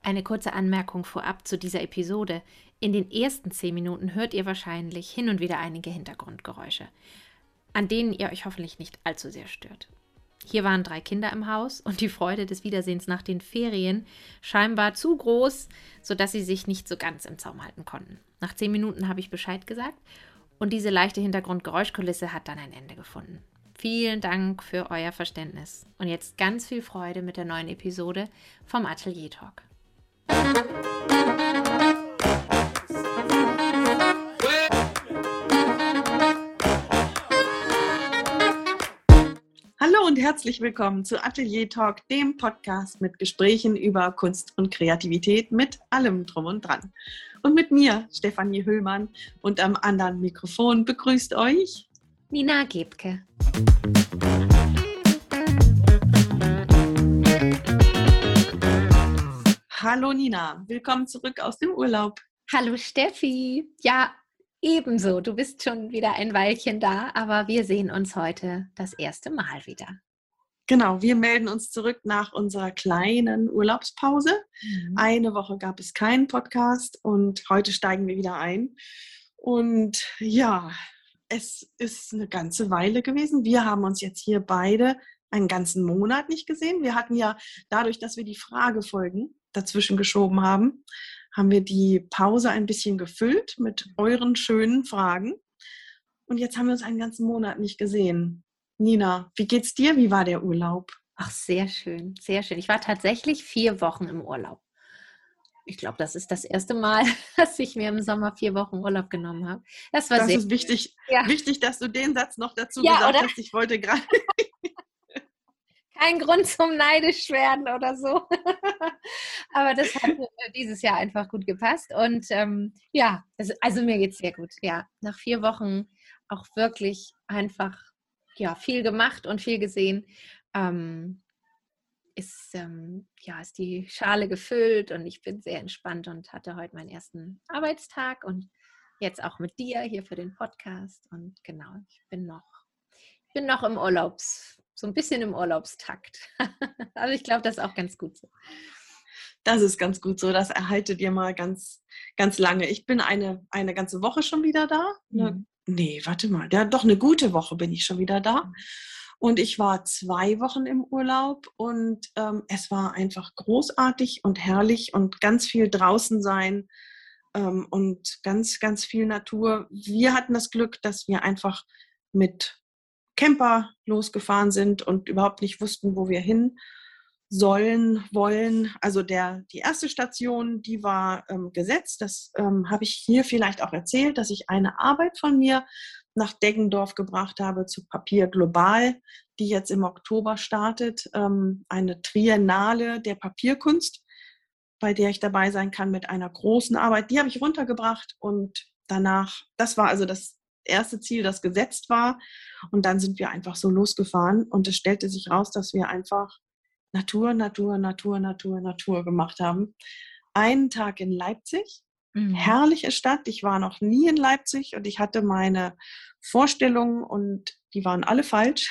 Eine kurze Anmerkung vorab zu dieser Episode. In den ersten 10 Minuten hört ihr wahrscheinlich hin und wieder einige Hintergrundgeräusche, an denen ihr euch hoffentlich nicht allzu sehr stört. Hier waren 3 Kinder im Haus und die Freude des Wiedersehens nach den Ferien scheinbar zu groß, sodass sie sich nicht so ganz im Zaum halten konnten. Nach 10 Minuten habe ich Bescheid gesagt und diese leichte Hintergrundgeräuschkulisse hat dann ein Ende gefunden. Vielen Dank für euer Verständnis und jetzt ganz viel Freude mit der neuen Episode vom Atelier Talk. Hallo und herzlich willkommen zu Atelier Talk, dem Podcast mit Gesprächen über Kunst und Kreativität mit allem drum und dran. Und mit mir, Stefanie Hüllmann, und am anderen Mikrofon begrüßt euch Nina Gebke. Hallo Nina, willkommen zurück aus dem Urlaub. Hallo Steffi. Ja, ebenso. Du bist schon wieder ein Weilchen da, aber wir sehen uns heute das erste Mal wieder. Genau, wir melden uns zurück nach unserer kleinen Urlaubspause. Eine Woche gab es keinen Podcast und heute steigen wir wieder ein. Und ja, es ist eine ganze Weile gewesen. Wir haben uns jetzt hier beide einen ganzen Monat nicht gesehen. Wir hatten ja dadurch, dass wir die Fragefolgen dazwischen geschoben haben, haben wir die Pause ein bisschen gefüllt mit euren schönen Fragen. Und jetzt haben wir uns einen ganzen Monat nicht gesehen. Nina, wie geht's dir? Wie war der Urlaub? Ach, sehr schön, sehr schön. Ich war tatsächlich 4 Wochen im Urlaub. Ich glaube, das ist das erste Mal, dass ich mir im Sommer 4 Wochen Urlaub genommen habe. Das war sehr ist wichtig, wichtig, dass du den Satz noch dazu gesagt hast. Ich wollte gerade... Kein Grund zum neidisch werden oder so. Aber das hat dieses Jahr einfach gut gepasst. Und also mir geht es sehr gut. Ja, nach 4 Wochen auch wirklich einfach viel gemacht und viel gesehen. Ist die Schale gefüllt und ich bin sehr entspannt und hatte heute meinen ersten Arbeitstag und jetzt auch mit dir hier für den Podcast. Und genau, ich bin noch so ein bisschen im Urlaubstakt. Also ich glaube, das ist auch ganz gut so. Das ist ganz gut so. Das erhaltet ihr mal ganz, ganz lange. Ich bin eine ganze Woche schon wieder da. Nee, warte mal. Ja, doch eine gute Woche bin ich schon wieder da. Und ich war 2 Wochen im Urlaub und es war einfach großartig und herrlich und ganz viel draußen sein und ganz, ganz viel Natur. Wir hatten das Glück, dass wir einfach mit Camper losgefahren sind und überhaupt nicht wussten, wo wir hin wollen. Also die erste Station, die war gesetzt. Das habe ich hier vielleicht auch erzählt, dass ich eine Arbeit von mir nach Deggendorf gebracht habe zu Papier Global, die jetzt im Oktober startet. Eine Triennale der Papierkunst, bei der ich dabei sein kann mit einer großen Arbeit. Die habe ich runtergebracht und danach, das war also das erste Ziel, das gesetzt war. Und dann sind wir einfach so losgefahren und es stellte sich raus, dass wir einfach Natur gemacht haben. Einen Tag in Leipzig, herrliche Stadt. Ich war noch nie in Leipzig und ich hatte meine Vorstellungen und die waren alle falsch.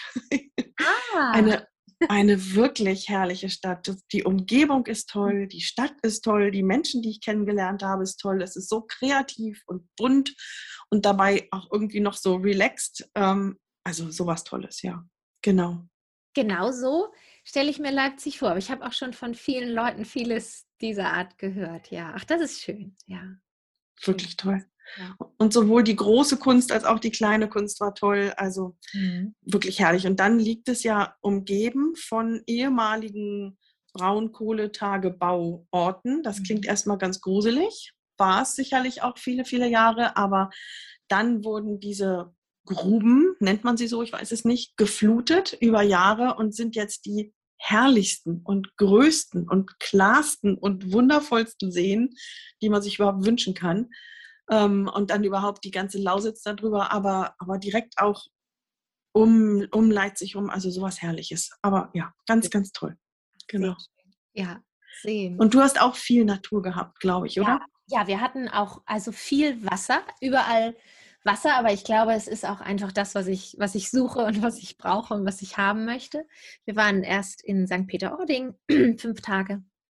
Eine wirklich herrliche Stadt. Die Umgebung ist toll, die Stadt ist toll, die Menschen, die ich kennengelernt habe, ist toll. Es ist so kreativ und bunt und dabei auch irgendwie noch so relaxed. Also sowas Tolles, ja. Genau. Genau so stelle ich mir Leipzig vor. Aber ich habe auch schon von vielen Leuten vieles dieser Art gehört. Ja, ach, das ist schön. Ja. Wirklich toll. Ja. Und sowohl die große Kunst als auch die kleine Kunst war toll. Also wirklich herrlich. Und dann liegt es ja umgeben von ehemaligen Braunkohletagebauorten. Das klingt erstmal ganz gruselig. War es sicherlich auch viele, viele Jahre. Aber dann wurden diese Gruben, nennt man sie so, ich weiß es nicht, geflutet über Jahre und sind jetzt die herrlichsten und größten und klarsten und wundervollsten Seen, die man sich überhaupt wünschen kann. Und dann überhaupt die ganze Lausitz darüber, aber direkt auch um Leipzig rum, also sowas Herrliches. Aber ja, ganz, ganz toll. Genau. Ja, sehen. Und du hast auch viel Natur gehabt, glaube ich, oder? Ja, wir hatten auch also viel Wasser, überall Wasser, aber ich glaube, es ist auch einfach das, was ich suche und was ich brauche und was ich haben möchte. Wir waren erst in St. Peter-Ording 5 Tage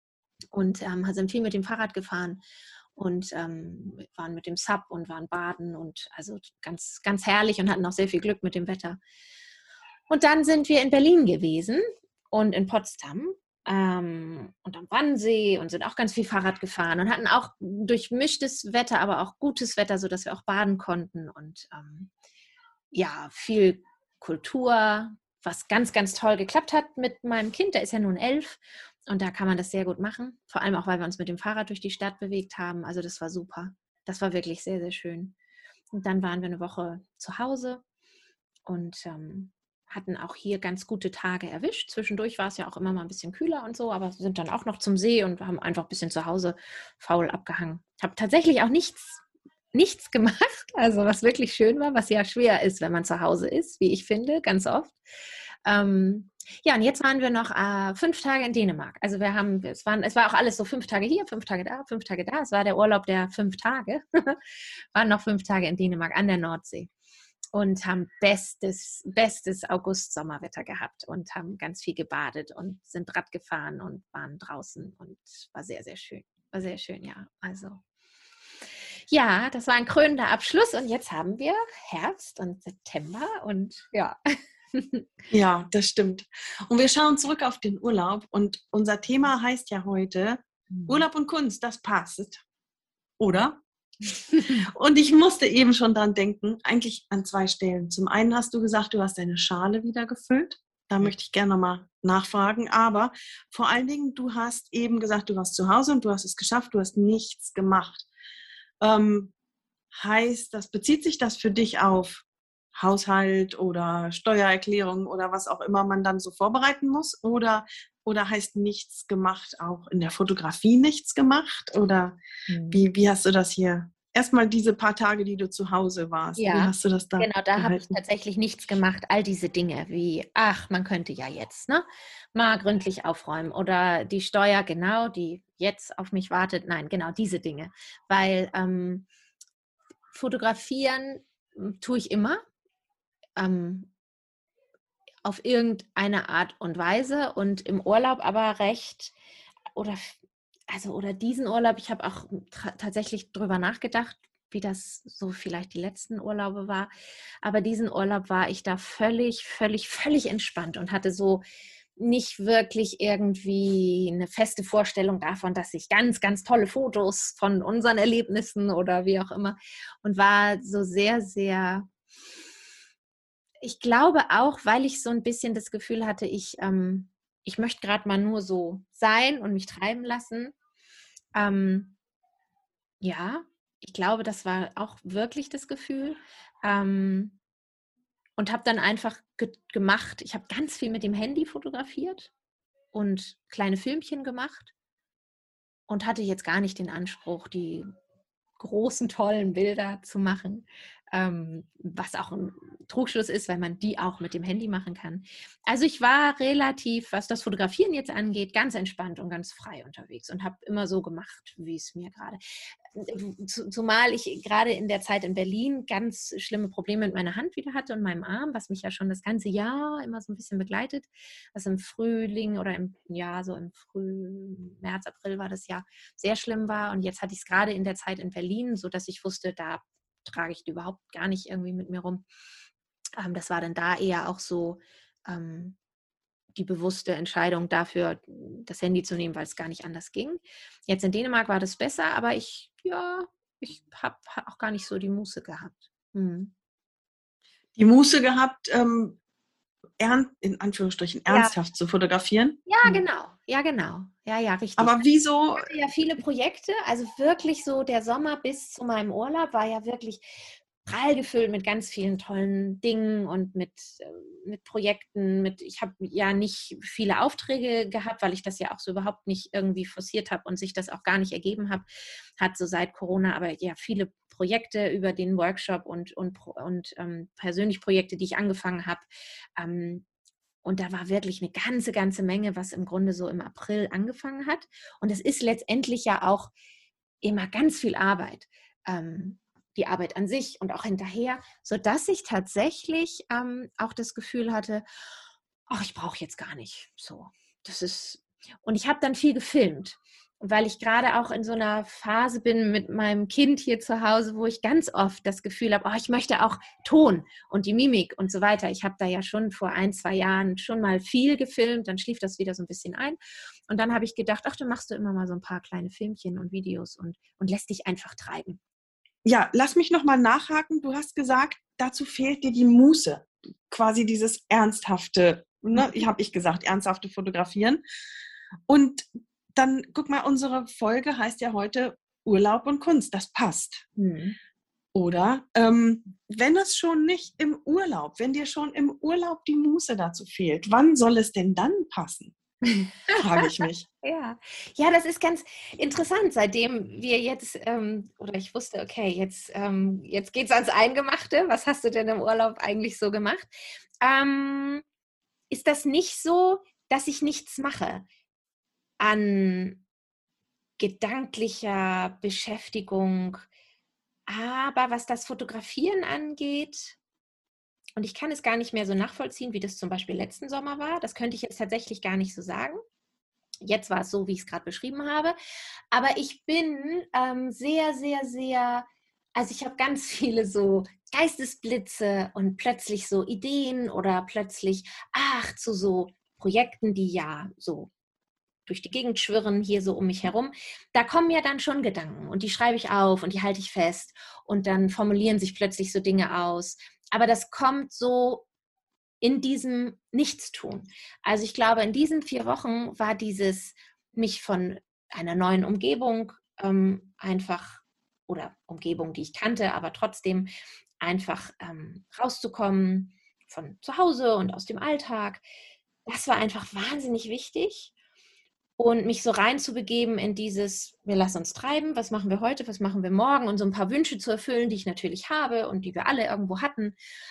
und sind viel mit dem Fahrrad gefahren und waren mit dem Sub und waren baden und also ganz, ganz herrlich und hatten auch sehr viel Glück mit dem Wetter. Und dann sind wir in Berlin gewesen und in Potsdam und am Wannsee und sind auch ganz viel Fahrrad gefahren und hatten auch durchmischtes Wetter, aber auch gutes Wetter, sodass wir auch baden konnten und ja, viel Kultur, was ganz, ganz toll geklappt hat mit meinem Kind. Der ist ja nun 11 und da kann man das sehr gut machen. Vor allem auch, weil wir uns mit dem Fahrrad durch die Stadt bewegt haben. Also das war super. Das war wirklich sehr, sehr schön. Und dann waren wir eine Woche zu Hause und hatten auch hier ganz gute Tage erwischt. Zwischendurch war es ja auch immer mal ein bisschen kühler und so, aber sind dann auch noch zum See und haben einfach ein bisschen zu Hause faul abgehangen. Habe tatsächlich auch nichts gemacht, also was wirklich schön war, was ja schwer ist, wenn man zu Hause ist, wie ich finde, ganz oft. Ja, und jetzt waren wir noch 5 Tage in Dänemark. Also es war auch alles so 5 Tage hier, 5 Tage da, 5 Tage da. Es war der Urlaub der 5 Tage. Waren noch 5 Tage in Dänemark an der Nordsee und haben bestes August-Sommerwetter gehabt und haben ganz viel gebadet und sind Rad gefahren und waren draußen und war sehr, sehr schön. War sehr schön, ja. Also ja, das war ein krönender Abschluss und jetzt haben wir Herbst und September und ja. Ja, das stimmt. Und wir schauen zurück auf den Urlaub und unser Thema heißt ja heute Urlaub und Kunst, das passt, oder? Und ich musste eben schon dran denken, eigentlich an 2 Stellen. Zum einen hast du gesagt, du hast deine Schale wieder gefüllt. Da möchte ich gerne nochmal nachfragen. Aber vor allen Dingen, du hast eben gesagt, du warst zu Hause und du hast es geschafft, du hast nichts gemacht. Bezieht sich das für dich auf Haushalt oder Steuererklärung oder was auch immer man dann so vorbereiten muss? Oder heißt nichts gemacht auch in der Fotografie nichts gemacht? Oder wie hast du das hier? Erstmal diese paar Tage, die du zu Hause warst. Wie Ja, hast du das da genau, da habe ich gehalten? tatsächlich nichts gemacht. All diese Dinge wie, ach, man könnte ja jetzt, ne, mal gründlich aufräumen oder die Steuer, genau, die jetzt auf mich wartet. Nein, genau diese Dinge. Weil fotografieren tue ich immer. Auf irgendeine Art und Weise und im Urlaub aber recht oder oder diesen Urlaub, ich habe auch tatsächlich drüber nachgedacht, wie das so vielleicht die letzten Urlaube war, aber diesen Urlaub war ich da völlig, völlig, völlig entspannt und hatte so nicht wirklich irgendwie eine feste Vorstellung davon, dass ich ganz, ganz tolle Fotos von unseren Erlebnissen oder wie auch immer und war so sehr, sehr ich glaube auch, weil ich so ein bisschen das Gefühl hatte, ich möchte gerade mal nur so sein und mich treiben lassen. Ja, ich glaube, das war auch wirklich das Gefühl. Und habe dann einfach gemacht. Ich habe ganz viel mit dem Handy fotografiert und kleine Filmchen gemacht und hatte jetzt gar nicht den Anspruch, die großen, tollen Bilder zu machen, was auch ein Trugschluss ist, weil man die auch mit dem Handy machen kann. Also ich war relativ, was das Fotografieren jetzt angeht, ganz entspannt und ganz frei unterwegs und habe immer so gemacht, wie es mir gerade. Zumal ich gerade in der Zeit in Berlin ganz schlimme Probleme mit meiner Hand wieder hatte und meinem Arm, was mich ja schon das ganze Jahr immer so ein bisschen begleitet, was im Frühling oder so im März, April war das ja sehr schlimm war. Und jetzt hatte ich es gerade in der Zeit in Berlin, sodass ich wusste, da trage ich die überhaupt gar nicht irgendwie mit mir rum. Das war dann da eher auch so die bewusste Entscheidung dafür, das Handy zu nehmen, weil es gar nicht anders ging. Jetzt in Dänemark war das besser, aber ich habe auch gar nicht so die Muße gehabt. Die Muße gehabt, in Anführungsstrichen Ja, ernsthaft zu fotografieren? ja, genau. Ja, genau. Ja, ja, richtig. Aber wieso? Ich hatte ja viele Projekte, also wirklich so der Sommer bis zu meinem Urlaub war ja wirklich prall gefüllt mit ganz vielen tollen Dingen und mit Projekten. Ich habe ja nicht viele Aufträge gehabt, weil ich das ja auch so überhaupt nicht irgendwie forciert habe und sich das auch gar nicht ergeben hat so seit Corona, aber ja viele Projekte über den Workshop und persönlich Projekte, die ich angefangen habe. Und da war wirklich eine ganze Menge, was im Grunde so im April angefangen hat. Und es ist letztendlich ja auch immer ganz viel Arbeit. Die Arbeit an sich und auch hinterher, sodass ich tatsächlich auch das Gefühl hatte, ach, ich brauche jetzt gar nicht so. Und ich habe dann viel gefilmt. weil ich gerade auch in so einer Phase bin mit meinem Kind hier zu Hause, wo ich ganz oft das Gefühl habe, oh, ich möchte auch Ton und die Mimik und so weiter. Ich habe da ja schon vor 1-2 Jahren schon mal viel gefilmt, dann schlief das wieder so ein bisschen ein. Und dann habe ich gedacht, ach, dann machst du immer mal so ein paar kleine Filmchen und Videos und lässt dich einfach treiben. Ja, lass mich nochmal nachhaken. Du hast gesagt, dazu fehlt dir die Muße. Quasi dieses ernsthafte, ne, habe ich gesagt, ernsthafte Fotografieren. Und dann, guck mal, unsere Folge heißt ja heute Urlaub und Kunst. Das passt. Oder wenn es schon nicht im Urlaub, wenn dir schon im Urlaub die Muße dazu fehlt, wann soll es denn dann passen? Frage ich mich. Ja, das ist ganz interessant, seitdem wir jetzt, oder ich wusste, okay, jetzt geht es ans Eingemachte. Was hast du denn im Urlaub eigentlich so gemacht? Ist das nicht so, dass ich nichts mache an gedanklicher Beschäftigung, aber was das Fotografieren angeht, und ich kann es gar nicht mehr so nachvollziehen, wie das zum Beispiel letzten Sommer war, das könnte ich jetzt tatsächlich gar nicht so sagen. Jetzt war es so, wie ich es gerade beschrieben habe. Aber ich bin sehr, sehr, sehr, also ich habe ganz viele so Geistesblitze und plötzlich so Ideen oder plötzlich, zu so Projekten, die ja so durch die Gegend schwirren, hier so um mich herum. Da kommen ja dann schon Gedanken und die schreibe ich auf und die halte ich fest und dann formulieren sich plötzlich so Dinge aus. Aber das kommt so in diesem Nichtstun. Also ich glaube, in diesen 4 Wochen war dieses mich von einer neuen Umgebung einfach, oder Umgebung, die ich kannte, aber trotzdem einfach rauszukommen von zu Hause und aus dem Alltag. Das war einfach wahnsinnig wichtig. Und mich so reinzubegeben in dieses, wir lassen uns treiben, was machen wir heute, was machen wir morgen und so ein paar Wünsche zu erfüllen, die ich natürlich habe und die wir alle irgendwo hatten.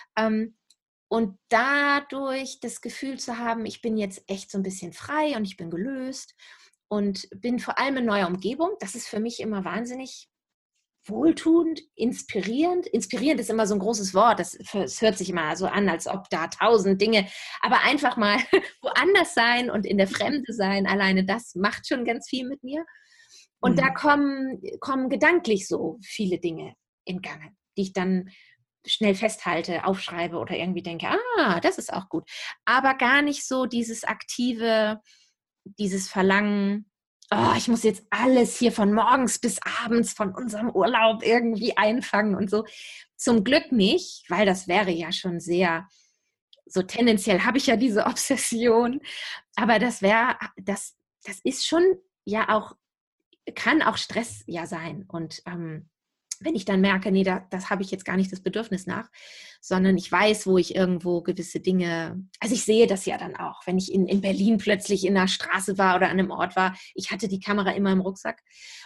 Und dadurch das Gefühl zu haben, ich bin jetzt echt so ein bisschen frei und ich bin gelöst und bin vor allem in neuer Umgebung. Das ist für mich immer wahnsinnig wohltuend, inspirierend. Inspirierend ist immer so ein großes Wort. Das hört sich immer so an, als ob da 1000 Dinge, aber einfach mal woanders sein und in der Fremde sein, alleine das macht schon ganz viel mit mir. Und da kommen gedanklich so viele Dinge in Gange, die ich dann schnell festhalte, aufschreibe oder irgendwie denke, das ist auch gut. Aber gar nicht so dieses aktive, dieses Verlangen, ich muss jetzt alles hier von morgens bis abends von unserem Urlaub irgendwie einfangen und so. Zum Glück nicht, weil das wäre ja schon sehr, so tendenziell habe ich ja diese Obsession, aber das ist schon ja auch, kann auch Stress ja sein. Und wenn ich dann merke, nee, das habe ich jetzt gar nicht das Bedürfnis nach, sondern ich weiß, wo ich irgendwo gewisse Dinge, also ich sehe das ja dann auch, wenn ich in Berlin plötzlich in einer Straße war oder an einem Ort war, ich hatte die Kamera immer im Rucksack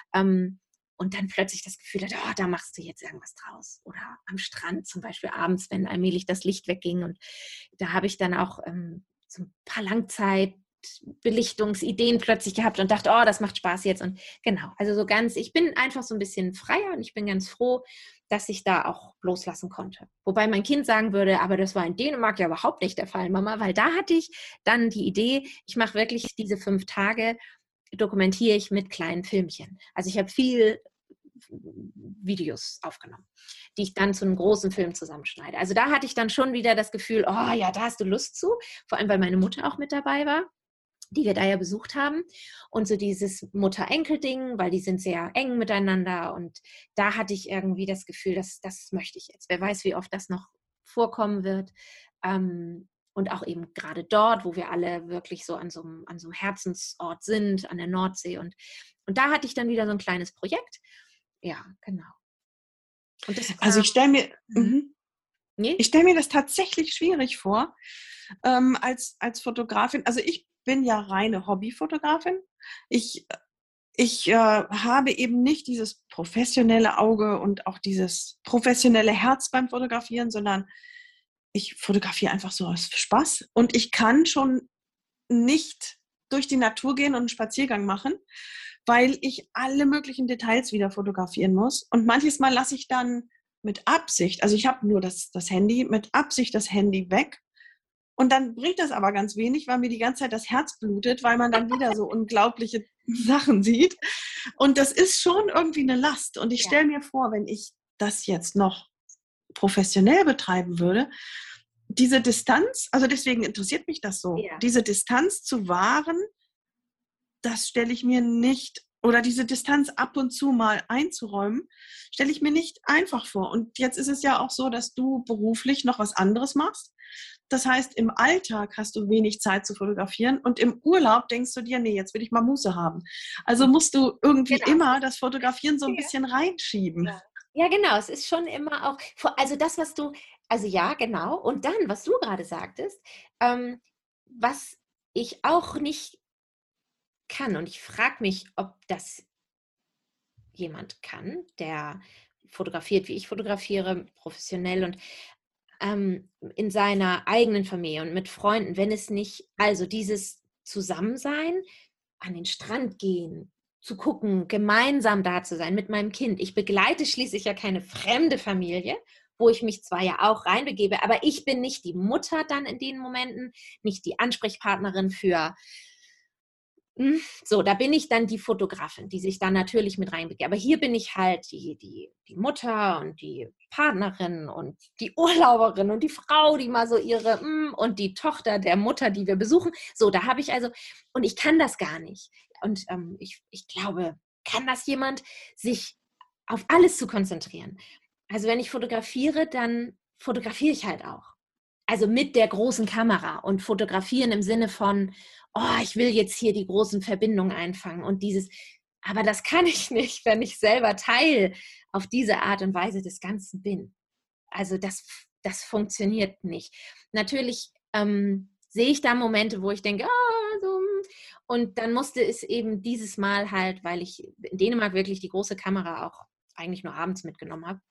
und dann plötzlich das Gefühl hatte, da machst du jetzt irgendwas draus. Oder am Strand zum Beispiel abends, wenn allmählich das Licht wegging und da habe ich dann auch so ein paar Langzeitbelichtungsideen plötzlich gehabt und dachte, das macht Spaß jetzt. Und genau, also so ganz, ich bin einfach so ein bisschen freier und ich bin ganz froh, dass ich da auch loslassen konnte. Wobei mein Kind sagen würde, aber das war in Dänemark ja überhaupt nicht der Fall, Mama, weil da hatte ich dann die Idee, ich mache wirklich diese 5 Tage, dokumentiere ich mit kleinen Filmchen. Also ich habe viel Videos aufgenommen, die ich dann zu einem großen Film zusammenschneide. Also da hatte ich dann schon wieder das Gefühl, da hast du Lust zu, vor allem weil meine Mutter auch mit dabei war, die wir da ja besucht haben. Und so dieses Mutter-Enkel-Ding, weil die sind sehr eng miteinander. Und da hatte ich irgendwie das Gefühl, das möchte ich jetzt. Wer weiß, wie oft das noch vorkommen wird. Und auch eben gerade dort, wo wir alle wirklich so an so einem Herzensort sind, an der Nordsee. Und da hatte ich dann wieder so ein kleines Projekt. Ja, genau. Und also ich stelle mir das tatsächlich schwierig vor, als Fotografin. Also ich bin ja reine Hobbyfotografin. Ich habe eben nicht dieses professionelle Auge und auch dieses professionelle Herz beim Fotografieren, sondern ich fotografiere einfach so aus Spaß. Und ich kann schon nicht durch die Natur gehen und einen Spaziergang machen, weil ich alle möglichen Details wieder fotografieren muss. Und manches Mal lasse ich dann mit Absicht, also ich habe nur das Handy, mit Absicht das Handy weg Und dann bringt das aber ganz wenig, weil mir die ganze Zeit das Herz blutet, weil man dann wieder so unglaubliche Sachen sieht. Und das ist schon irgendwie eine Last. Und ich stelle mir vor, wenn ich das jetzt noch professionell betreiben würde, diese Distanz, also deswegen interessiert mich das so, diese Distanz zu wahren, das stelle ich mir nicht, oder diese Distanz ab und zu mal einzuräumen, stelle ich mir nicht einfach vor. Und jetzt ist es ja auch so, dass du beruflich noch was anderes machst. Das heißt, im Alltag hast du wenig Zeit zu fotografieren und im Urlaub denkst du dir, nee, jetzt will ich mal Muße haben. Also musst du irgendwie immer das Fotografieren so ein bisschen reinschieben. Ja, genau. Es ist schon immer auch, also das, was du, also ja, genau. Und dann, was du gerade sagtest, was ich auch nicht kann, und ich frage mich, ob das jemand kann, der fotografiert, wie ich fotografiere, professionell und in seiner eigenen Familie und mit Freunden, wenn es nicht, also dieses Zusammensein, an den Strand gehen, zu gucken, gemeinsam da zu sein mit meinem Kind. Ich begleite schließlich ja keine fremde Familie, wo ich mich zwar ja auch reinbegebe, aber ich bin nicht die Mutter dann in den Momenten, nicht die Ansprechpartnerin für, so, da bin ich dann die Fotografin, die sich dann natürlich mit reinbegibt. Aber hier bin ich halt die Mutter und die Partnerin und die Urlauberin und die Frau, die mal so ihre, und die Tochter der Mutter, die wir besuchen. So, da habe ich also, und ich kann das gar nicht. Und ich glaube, kann das jemand, sich auf alles zu konzentrieren? Also wenn ich fotografiere, dann fotografiere ich halt auch. Also mit der großen Kamera und fotografieren im Sinne von, oh, ich will jetzt hier die großen Verbindungen einfangen und dieses, aber das kann ich nicht, wenn ich selber Teil auf diese Art und Weise des Ganzen bin. Also das funktioniert nicht. Natürlich sehe ich da Momente, wo ich denke, so, und dann musste es eben dieses Mal halt, weil ich in Dänemark wirklich die große Kamera auch eigentlich nur abends mitgenommen habe,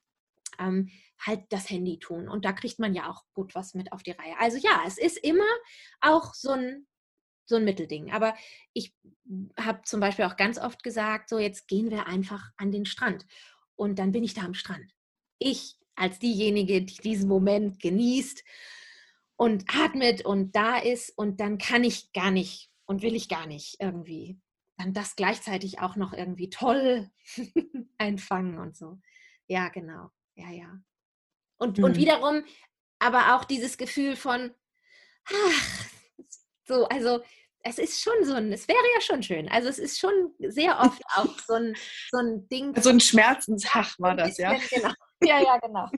halt das Handy tun. Und da kriegt man ja auch gut was mit auf die Reihe. Also ja, es ist immer auch so ein Mittelding. Aber ich habe zum Beispiel auch ganz oft gesagt, so jetzt gehen wir einfach an den Strand. Und dann bin ich da am Strand. Ich als diejenige, die diesen Moment genießt und atmet und da ist. Und dann kann ich gar nicht und will ich gar nicht irgendwie dann das gleichzeitig auch noch irgendwie toll einfangen und so. Ja, genau. Ja. Und wiederum aber auch dieses Gefühl von, ach, so, also es ist schon so ein, es wäre ja schon schön. Also es ist schon sehr oft auch so ein Ding. So ein Schmerzensach war das, ja. Genau. Ja, genau.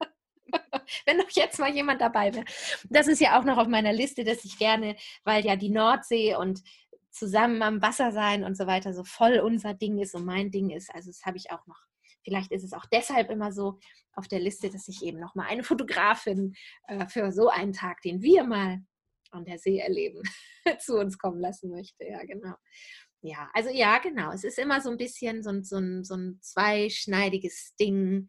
Wenn doch jetzt mal jemand dabei wäre. Das ist ja auch noch auf meiner Liste, dass ich gerne, weil ja die Nordsee und zusammen am Wasser sein und so weiter so voll unser Ding ist und mein Ding ist. Also das habe ich auch noch. Vielleicht ist es auch deshalb immer so auf der Liste, dass ich eben noch mal eine Fotografin für so einen Tag, den wir mal an der See erleben, zu uns kommen lassen möchte. Ja, genau. Ja, also ja, genau. Es ist immer so ein bisschen so ein zweischneidiges Ding.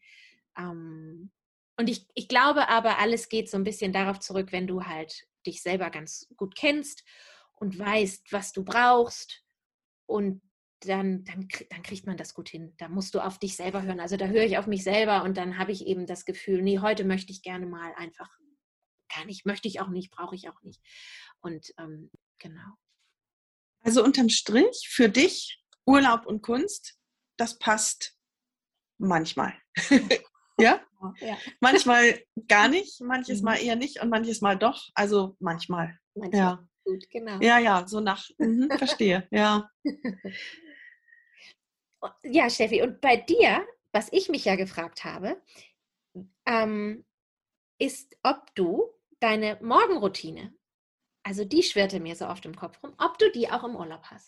Und ich glaube aber, alles geht so ein bisschen darauf zurück, wenn du halt dich selber ganz gut kennst und weißt, was du brauchst, und dann kriegt man das gut hin. Da musst du auf dich selber hören. Also da höre ich auf mich selber und dann habe ich eben das Gefühl, nee, heute möchte ich gerne mal einfach gar nicht, möchte ich auch nicht, brauche ich auch nicht. Und genau. Also unterm Strich, für dich, Urlaub und Kunst, das passt manchmal. Ja? Ja. Manchmal gar nicht, manches Mal eher nicht und manches Mal doch. Also manchmal. Ja. Gut, genau. Ja, so nach, verstehe, ja. Ja, Steffi, und bei dir, was ich mich ja gefragt habe, ist, ob du deine Morgenroutine, also die schwirrte mir so oft im Kopf rum, ob du die auch im Urlaub hast.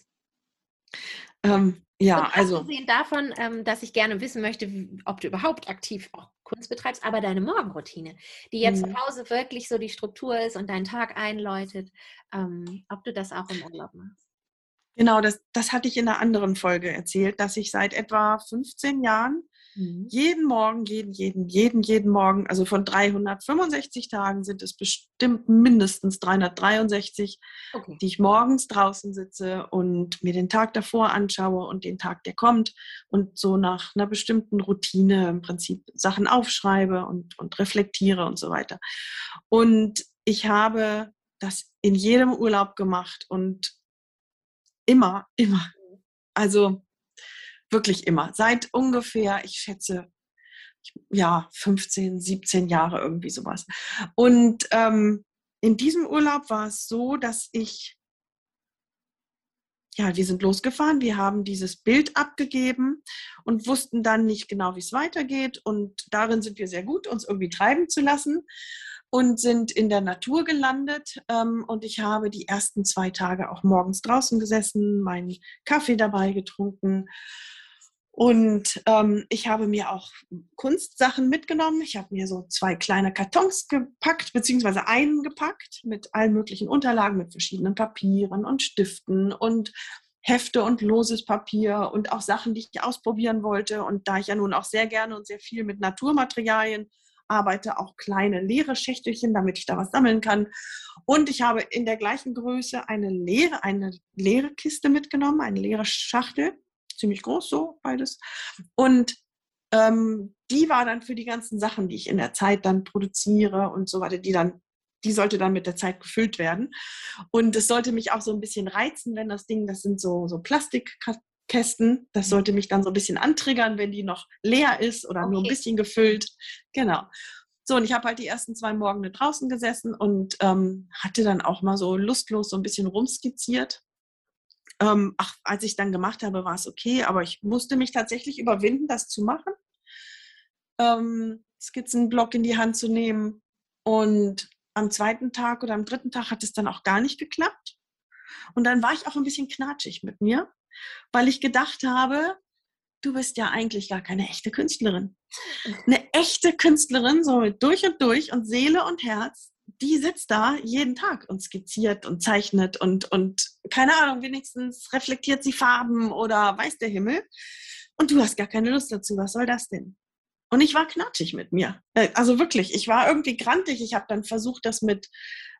Ja, und also. Abgesehen davon, dass ich gerne wissen möchte, ob du überhaupt aktiv auch Kunst betreibst, aber deine Morgenroutine, die jetzt zu Hause wirklich so die Struktur ist und deinen Tag einläutet, ob du das auch im Urlaub machst. Genau, das hatte ich in einer anderen Folge erzählt, dass ich seit etwa 15 Jahren jeden Morgen, jeden Morgen, also von 365 Tagen sind es bestimmt mindestens 363, die ich morgens draußen sitze und mir den Tag davor anschaue und den Tag, der kommt, und so nach einer bestimmten Routine im Prinzip Sachen aufschreibe und reflektiere und so weiter. Und ich habe das in jedem Urlaub gemacht und immer, also wirklich immer. Seit ungefähr, ich schätze, ja, 15, 17 Jahre irgendwie sowas. Und in diesem Urlaub war es so, dass wir sind losgefahren, wir haben dieses Bild abgegeben und wussten dann nicht genau, wie es weitergeht. Und darin sind wir sehr gut, uns irgendwie treiben zu lassen und sind in der Natur gelandet. Und ich habe die ersten 2 Tage auch morgens draußen gesessen, meinen Kaffee dabei getrunken. Und ich habe mir auch Kunstsachen mitgenommen. Ich habe mir so 2 kleine Kartons gepackt, beziehungsweise einen gepackt mit allen möglichen Unterlagen, mit verschiedenen Papieren und Stiften und Hefte und loses Papier und auch Sachen, die ich ausprobieren wollte. Und da ich ja nun auch sehr gerne und sehr viel mit Naturmaterialien arbeite, auch kleine leere Schächtelchen, damit ich da was sammeln kann. Und ich habe in der gleichen Größe eine leere Kiste mitgenommen, eine leere Schachtel. Ziemlich groß, so beides. Und die war dann für die ganzen Sachen, die ich in der Zeit dann produziere und so weiter, die sollte dann mit der Zeit gefüllt werden. Und es sollte mich auch so ein bisschen reizen, wenn das sind so Plastikkästen, das sollte mich dann so ein bisschen antriggern, wenn die noch leer ist oder nur ein bisschen gefüllt. Genau. So, und ich habe halt die ersten 2 Morgen draußen gesessen und hatte dann auch mal so lustlos so ein bisschen rumskizziert. Als ich dann gemacht habe, war es okay, aber ich musste mich tatsächlich überwinden, das zu machen. Skizzenblock in die Hand zu nehmen. Und am 2. Tag oder am 3. Tag hat es dann auch gar nicht geklappt. Und dann war ich auch ein bisschen knatschig mit mir, weil ich gedacht habe, du bist ja eigentlich gar keine echte Künstlerin. Eine echte Künstlerin, so mit durch und Seele und Herz, die sitzt da jeden Tag und skizziert und zeichnet und keine Ahnung, wenigstens reflektiert sie Farben oder weiß der Himmel. Und du hast gar keine Lust dazu. Was soll das denn? Und ich war knatschig mit mir. Also wirklich, ich war irgendwie grantig. Ich habe dann versucht, das mit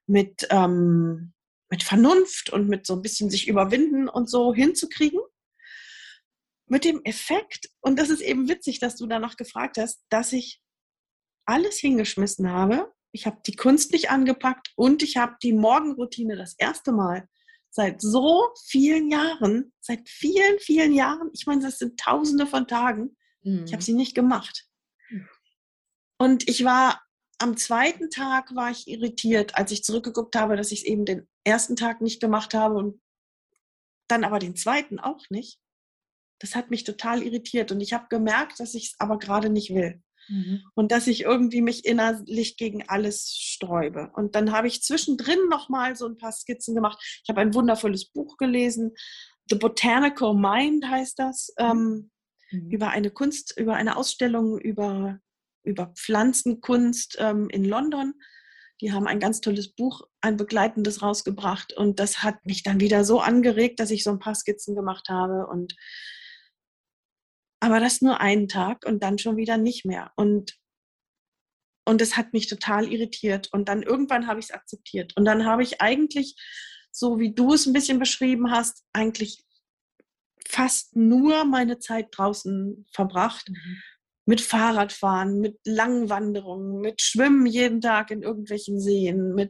Vernunft und mit so ein bisschen sich überwinden und so hinzukriegen. Mit dem Effekt, und das ist eben witzig, dass du da noch gefragt hast, dass ich alles hingeschmissen habe. Ich habe die Kunst nicht angepackt und ich habe die Morgenroutine das erste Mal seit so vielen Jahren, seit vielen, vielen Jahren, ich meine, das sind Tausende von Tagen, ich habe sie nicht gemacht. Und am 2. Tag war ich irritiert, als ich zurückgeguckt habe, dass ich es eben den 1. Tag nicht gemacht habe und dann aber den 2. auch nicht. Das hat mich total irritiert und ich habe gemerkt, dass ich es aber gerade nicht will. Und dass ich irgendwie mich innerlich gegen alles sträube. Und dann habe ich zwischendrin nochmal so ein paar Skizzen gemacht. Ich habe ein wundervolles Buch gelesen, The Botanical Mind heißt das, über eine Ausstellung über Pflanzenkunst in London. Die haben ein ganz tolles Buch, ein begleitendes rausgebracht. Und das hat mich dann wieder so angeregt, dass ich so ein paar Skizzen gemacht habe. Aber das nur einen Tag und dann schon wieder nicht mehr. Und es hat mich total irritiert. Und dann irgendwann habe ich es akzeptiert. Und dann habe ich eigentlich, so wie du es ein bisschen beschrieben hast, eigentlich fast nur meine Zeit draußen verbracht. Mit Fahrradfahren, mit langen Wanderungen, mit Schwimmen jeden Tag in irgendwelchen Seen, mit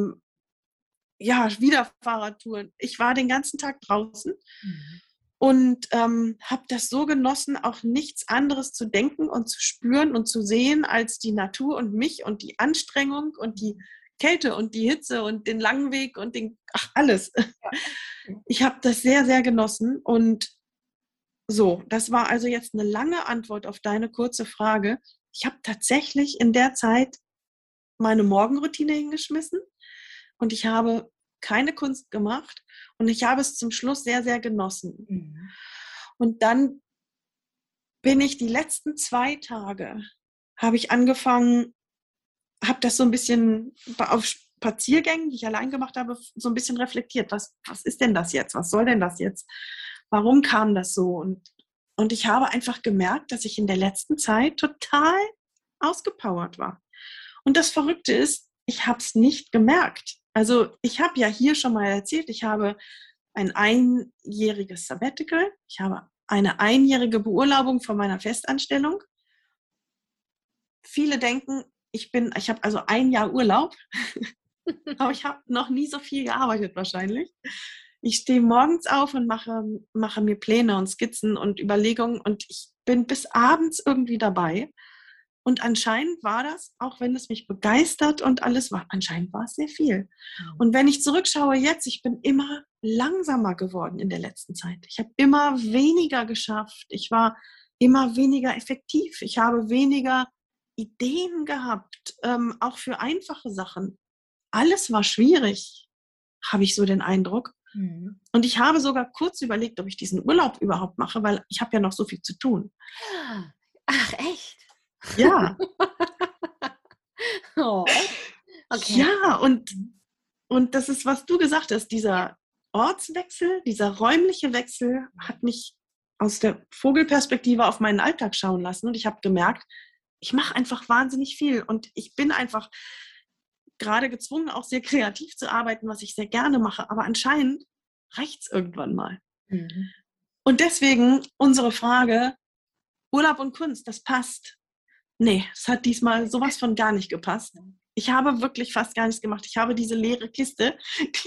wieder Fahrradtouren. Ich war den ganzen Tag draußen. Und habe das so genossen, auch nichts anderes zu denken und zu spüren und zu sehen als die Natur und mich und die Anstrengung und die Kälte und die Hitze und den langen Weg und alles. Ich habe das sehr, sehr genossen. Und so, das war also jetzt eine lange Antwort auf deine kurze Frage. Ich habe tatsächlich in der Zeit meine Morgenroutine hingeschmissen und ich habe keine Kunst gemacht und ich habe es zum Schluss sehr, sehr genossen. Und dann bin ich die letzten 2 Tage, habe ich angefangen, habe das so ein bisschen auf Spaziergängen, die ich allein gemacht habe, so ein bisschen reflektiert. Was ist denn das jetzt? Was soll denn das jetzt? Warum kam das so? Und ich habe einfach gemerkt, dass ich in der letzten Zeit total ausgepowert war. Und das Verrückte ist, ich habe es nicht gemerkt. Also ich habe ja hier schon mal erzählt, ich habe ein einjähriges Sabbatical, ich habe eine einjährige Beurlaubung von meiner Festanstellung. Viele denken, ich habe also 1 Jahr Urlaub. Aber ich habe noch nie so viel gearbeitet wahrscheinlich. Ich stehe morgens auf und mache mir Pläne und Skizzen und Überlegungen und ich bin bis abends irgendwie dabei. Und anscheinend war das, auch wenn es mich begeistert und alles war, anscheinend war es sehr viel. Und wenn ich zurückschaue jetzt, ich bin immer langsamer geworden in der letzten Zeit. Ich habe immer weniger geschafft. Ich war immer weniger effektiv. Ich habe weniger Ideen gehabt, auch für einfache Sachen. Alles war schwierig, habe ich so den Eindruck. Mhm. Und ich habe sogar kurz überlegt, ob ich diesen Urlaub überhaupt mache, weil ich habe ja noch so viel zu tun. Ach, echt? Ja. Oh, okay. Ja, und das ist, was du gesagt hast, dieser Ortswechsel, dieser räumliche Wechsel hat mich aus der Vogelperspektive auf meinen Alltag schauen lassen und ich habe gemerkt, ich mache einfach wahnsinnig viel und ich bin einfach gerade gezwungen, auch sehr kreativ zu arbeiten, was ich sehr gerne mache, aber anscheinend reicht es irgendwann mal. Mhm. Und deswegen unsere Frage, Urlaub und Kunst, das passt. Nee, es hat diesmal sowas von gar nicht gepasst. Ich habe wirklich fast gar nichts gemacht. Ich habe diese leere Kiste,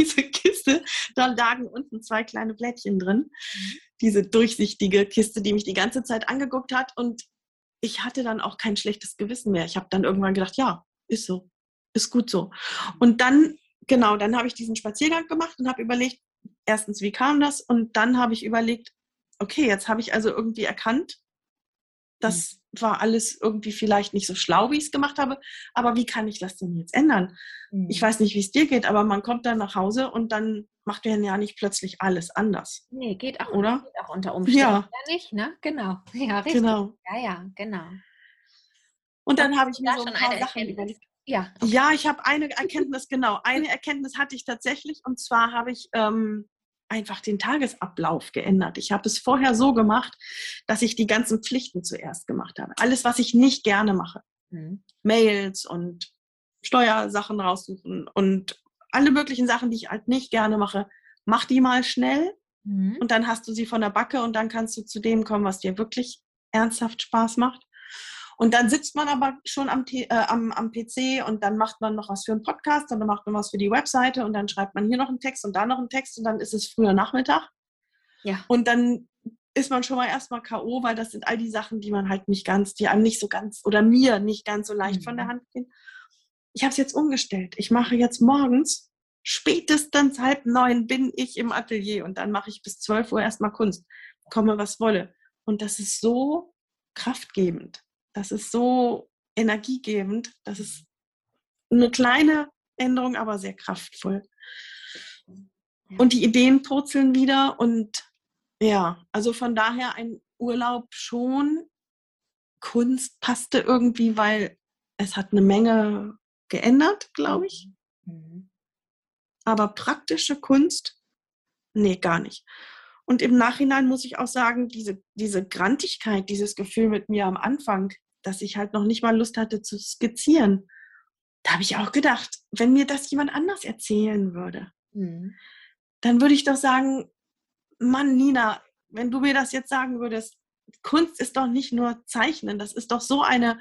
da lagen unten 2 kleine Blättchen drin. Diese durchsichtige Kiste, die mich die ganze Zeit angeguckt hat. Und ich hatte dann auch kein schlechtes Gewissen mehr. Ich habe dann irgendwann gedacht, ja, ist so, ist gut so. Und dann, genau, dann habe ich diesen Spaziergang gemacht und habe überlegt, erstens, wie kam das? Und dann habe ich überlegt, okay, jetzt habe ich also irgendwie erkannt, das war alles irgendwie vielleicht nicht so schlau, wie ich es gemacht habe, aber wie kann ich das denn jetzt ändern? Ich weiß nicht, wie es dir geht, aber man kommt dann nach Hause und dann macht man ja nicht plötzlich alles anders. Nee, geht auch oder? Unter Umständen Ja, nicht, ne? Genau. Ja, richtig. genau. Ja, genau. Und Und dann hast habe ich du mir da so schon ein paar eine Sachen Erkenntnis? überlegt. Ja, okay. Ja, ich habe eine Erkenntnis, genau. Eine Erkenntnis hatte ich tatsächlich und zwar habe ich einfach den Tagesablauf geändert. Ich habe es vorher so gemacht, dass ich die ganzen Pflichten zuerst gemacht habe. Alles, was ich nicht gerne mache. Mhm. Mails und Steuersachen raussuchen und alle möglichen Sachen, die ich halt nicht gerne mache, mach die mal schnell Mhm. und dann hast du sie von der Backe und dann kannst du zu dem kommen, was dir wirklich ernsthaft Spaß macht. Und dann sitzt man aber schon am PC und dann macht man noch was für einen Podcast und dann macht man was für die Webseite und dann schreibt man hier noch einen Text und da noch einen Text und dann ist es früher Nachmittag. Ja. Und dann ist man schon mal erstmal K.O., weil das sind all die Sachen, die man halt nicht ganz, die einem nicht so ganz oder mir nicht ganz so leicht von der Hand gehen. Ich habe es jetzt umgestellt. Ich mache jetzt morgens, spätestens 8:30 bin ich im Atelier und dann mache ich bis 12 Uhr erstmal Kunst. Komme, was wolle. Und das ist so kraftgebend. Das ist so energiegebend. Das ist eine kleine Änderung, aber sehr kraftvoll. Ja. Und die Ideen purzeln wieder und ja, also von daher ein Urlaub schon. Kunst passte irgendwie, weil es hat eine Menge geändert, glaube ich. Mhm. Aber praktische Kunst, nee, gar nicht. Und im Nachhinein muss ich auch sagen, diese Grantigkeit, dieses Gefühl mit mir am Anfang, dass ich halt noch nicht mal Lust hatte zu skizzieren, da habe ich auch gedacht, wenn mir das jemand anders erzählen würde, Mhm. dann würde ich doch sagen, Mann, Nina, wenn du mir das jetzt sagen würdest, Kunst ist doch nicht nur Zeichnen, das ist doch so eine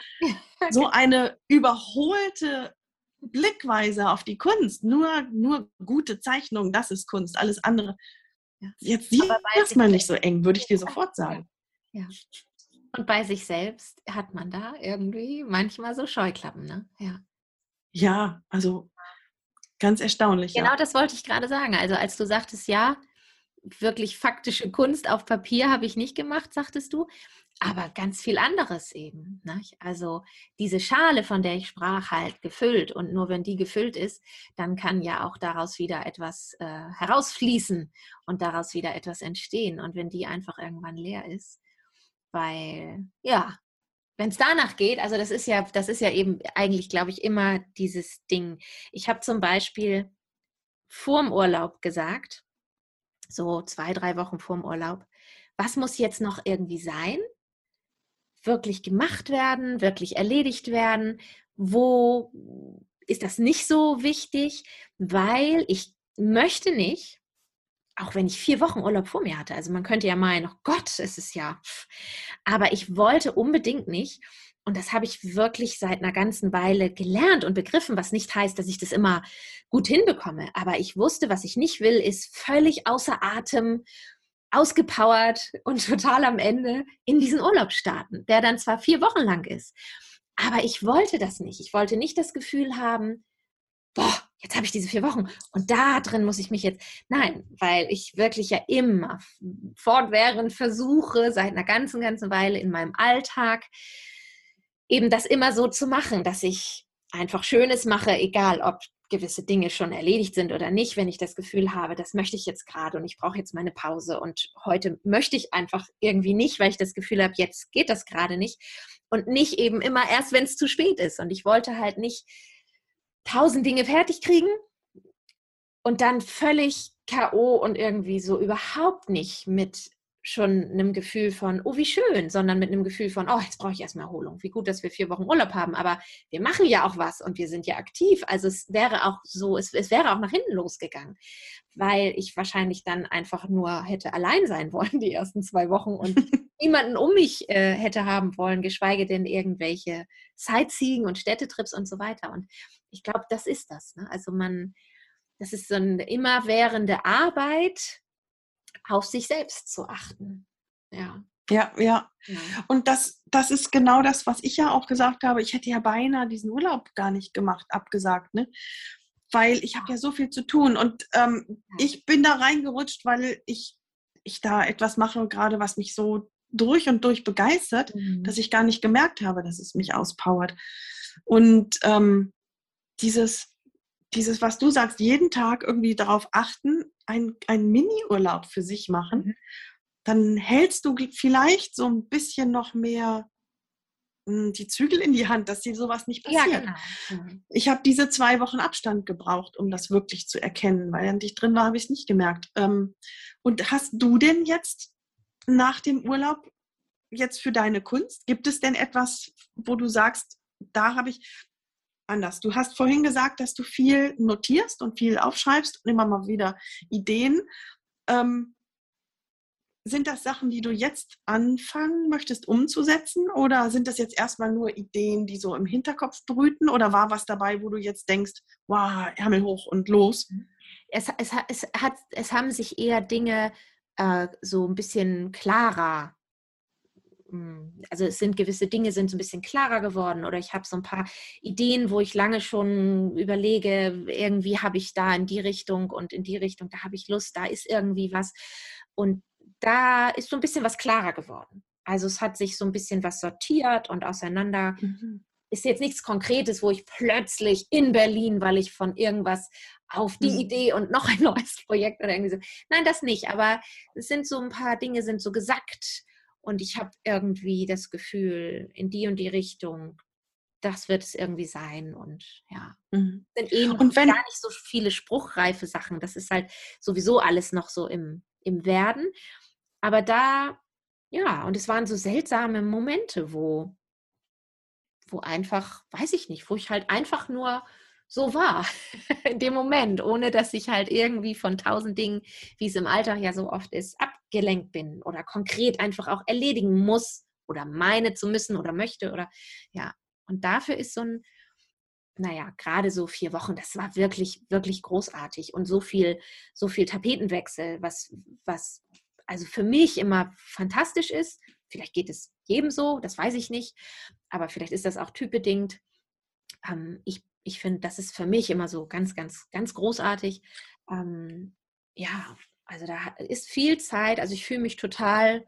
überholte Blickweise auf die Kunst. Nur gute Zeichnung, das ist Kunst, alles andere. Ja. Jetzt sieh das mal nicht so eng, würde ich dir sofort sagen. Ja. Und bei sich selbst hat man da irgendwie manchmal so Scheuklappen, ne? Ja. Ja, also ganz erstaunlich, Genau ja. das wollte ich gerade sagen. Also als du sagtest, ja, wirklich faktische Kunst auf Papier habe ich nicht gemacht, sagtest du, aber ganz viel anderes eben. Ne? Also diese Schale, von der ich sprach, halt gefüllt und nur wenn die gefüllt ist, dann kann ja auch daraus wieder etwas herausfließen und daraus wieder etwas entstehen. Und wenn die einfach irgendwann leer ist, weil ja, wenn es danach geht, also das ist ja eben eigentlich, glaube ich, immer dieses Ding. Ich habe zum Beispiel vorm Urlaub gesagt, so 2, 3 Wochen vorm Urlaub, was muss jetzt noch irgendwie sein, wirklich gemacht werden, wirklich erledigt werden, wo ist das nicht so wichtig, weil ich möchte nicht, auch wenn ich 4 Wochen Urlaub vor mir hatte, also man könnte ja meinen, oh Gott, es ist ja, aber ich wollte unbedingt nicht, und das habe ich wirklich seit einer ganzen Weile gelernt und begriffen, was nicht heißt, dass ich das immer gut hinbekomme. Aber ich wusste, was ich nicht will, ist völlig außer Atem, ausgepowert und total am Ende in diesen Urlaub starten, der dann zwar 4 Wochen lang ist. Aber ich wollte das nicht. Ich wollte nicht das Gefühl haben, boah, jetzt habe ich diese 4 Wochen und da drin muss ich mich jetzt, nein, weil ich wirklich ja immer fortwährend versuche, seit einer ganzen Weile in meinem Alltag, eben das immer so zu machen, dass ich einfach Schönes mache, egal ob gewisse Dinge schon erledigt sind oder nicht, wenn ich das Gefühl habe, das möchte ich jetzt gerade und ich brauche jetzt meine Pause und heute möchte ich einfach irgendwie nicht, weil ich das Gefühl habe, jetzt geht das gerade nicht und nicht eben immer erst, wenn es zu spät ist. Und ich wollte halt nicht 1000 Dinge fertig kriegen und dann völlig K.O. und irgendwie so überhaupt nicht mit schon einem Gefühl von, oh, wie schön, sondern mit einem Gefühl von, oh, jetzt brauche ich erstmal Erholung. Wie gut, dass wir 4 Wochen Urlaub haben, aber wir machen ja auch was und wir sind ja aktiv. Also es wäre auch so, es wäre auch nach hinten losgegangen, weil ich wahrscheinlich dann einfach nur hätte allein sein wollen die ersten 2 Wochen und niemanden um mich hätte haben wollen, geschweige denn irgendwelche Sightseeing und Städtetrips und so weiter. Und ich glaube, das ist das. Ne? Also das ist so eine immerwährende Arbeit, auf sich selbst zu achten. Ja. Ja, ja. Und das ist genau das, was ich ja auch gesagt habe. Ich hätte ja beinahe diesen Urlaub gar nicht gemacht, abgesagt, ne? Weil ich habe ja so viel zu tun. Und ich bin da reingerutscht, weil ich da etwas mache, gerade was mich so durch und durch begeistert, dass ich gar nicht gemerkt habe, dass es mich auspowert. Und dieses, was du sagst, jeden Tag irgendwie darauf achten, ein Mini-Urlaub für sich machen, dann hältst du vielleicht so ein bisschen noch mehr die Zügel in die Hand, dass dir sowas nicht passiert. Ja, genau. Ich habe diese 2 Wochen Abstand gebraucht, um das wirklich zu erkennen, weil während ich drin war, habe ich es nicht gemerkt. Und hast du denn jetzt nach dem Urlaub jetzt für deine Kunst, gibt es denn etwas, wo du sagst, da habe ich anders. Du hast vorhin gesagt, dass du viel notierst und viel aufschreibst und immer mal wieder Ideen. Sind das Sachen, die du jetzt anfangen möchtest umzusetzen oder sind das jetzt erstmal nur Ideen, die so im Hinterkopf brüten oder war was dabei, wo du jetzt denkst, wow, Ärmel hoch und los? Es haben sich eher Dinge so ein bisschen klarer, also es sind gewisse Dinge sind so ein bisschen klarer geworden oder ich habe so ein paar Ideen, wo ich lange schon überlege, irgendwie habe ich da in die Richtung und in die Richtung, da habe ich Lust, da ist irgendwie was und da ist so ein bisschen was klarer geworden. Also es hat sich so ein bisschen was sortiert und auseinander. Ist jetzt nichts Konkretes, wo ich plötzlich in Berlin, weil ich von irgendwas auf die Idee und noch ein neues Projekt oder irgendwie so. Nein, das nicht, aber es sind so ein paar Dinge sind so gesackt und ich habe irgendwie das Gefühl, in die und die Richtung, das wird es irgendwie sein und ja. Sind noch Und gar nicht so viele spruchreife Sachen, das ist halt sowieso alles noch so im Werden, aber da, ja, und es waren so seltsame Momente, wo einfach, weiß ich nicht, wo ich halt einfach nur so war in dem Moment, ohne dass ich halt irgendwie von 1000 Dingen, wie es im Alltag ja so oft ist, abgelenkt bin oder konkret einfach auch erledigen muss oder meine zu müssen oder möchte oder ja. Und dafür ist so ein, naja, gerade so 4 Wochen, das war wirklich, wirklich großartig und so viel Tapetenwechsel, was also für mich immer fantastisch ist. Vielleicht geht es jedem so, das weiß ich nicht, aber vielleicht ist das auch typbedingt. Ich finde, das ist für mich immer so ganz, ganz, ganz großartig. Ja, also da ist viel Zeit, also ich fühle mich total,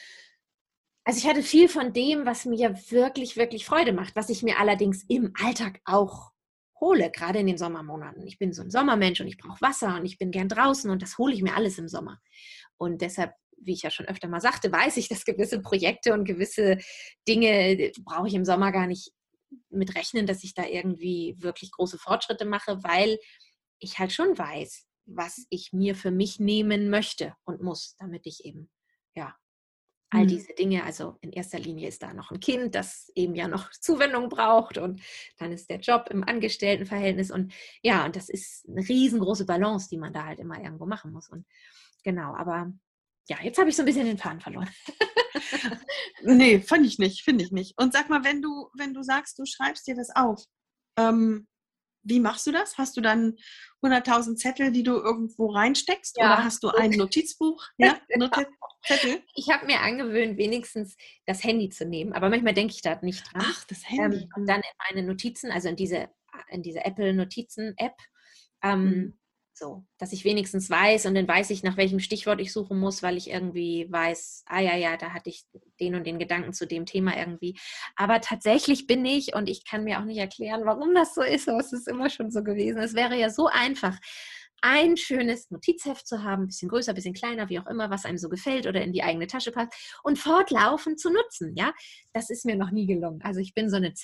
also ich hatte viel von dem, was mir wirklich, wirklich Freude macht, was ich mir allerdings im Alltag auch hole, gerade in den Sommermonaten. Ich bin so ein Sommermensch und ich brauche Wasser und ich bin gern draußen und das hole ich mir alles im Sommer. Und deshalb, wie ich ja schon öfter mal sagte, weiß ich, dass gewisse Projekte und gewisse Dinge brauche ich im Sommer gar nicht mit rechnen, dass ich da irgendwie wirklich große Fortschritte mache, weil ich halt schon weiß, was ich mir für mich nehmen möchte und muss, damit ich eben, ja, all diese Dinge, also in erster Linie ist da noch ein Kind, das eben ja noch Zuwendung braucht und dann ist der Job im Angestelltenverhältnis und ja, und das ist eine riesengroße Balance, die man da halt immer irgendwo machen muss und genau, aber ja, jetzt habe ich so ein bisschen den Faden verloren. Nee, finde ich nicht. Und sag mal, wenn du sagst, du schreibst dir das auf, wie machst du das? Hast du dann 100.000 Zettel, die du irgendwo reinsteckst oder Ja, hast du ein Notizbuch? Ja, Zettel? ich habe mir angewöhnt, wenigstens das Handy zu nehmen, aber manchmal denke ich da nicht dran. Ach, das Handy. Und dann in meine Notizen, also in diese Apple-Notizen-App, Mhm. so, dass ich wenigstens weiß und dann weiß ich, nach welchem Stichwort ich suchen muss, weil ich irgendwie weiß, ja, da hatte ich den und den Gedanken zu dem Thema irgendwie. Aber tatsächlich bin ich, und ich kann mir auch nicht erklären, warum das so ist, aber es ist immer schon so gewesen. Es wäre ja so einfach, ein schönes Notizheft zu haben, ein bisschen größer, ein bisschen kleiner, wie auch immer, was einem so gefällt oder in die eigene Tasche passt und fortlaufend zu nutzen, ja. Das ist mir noch nie gelungen. Also ich bin so eine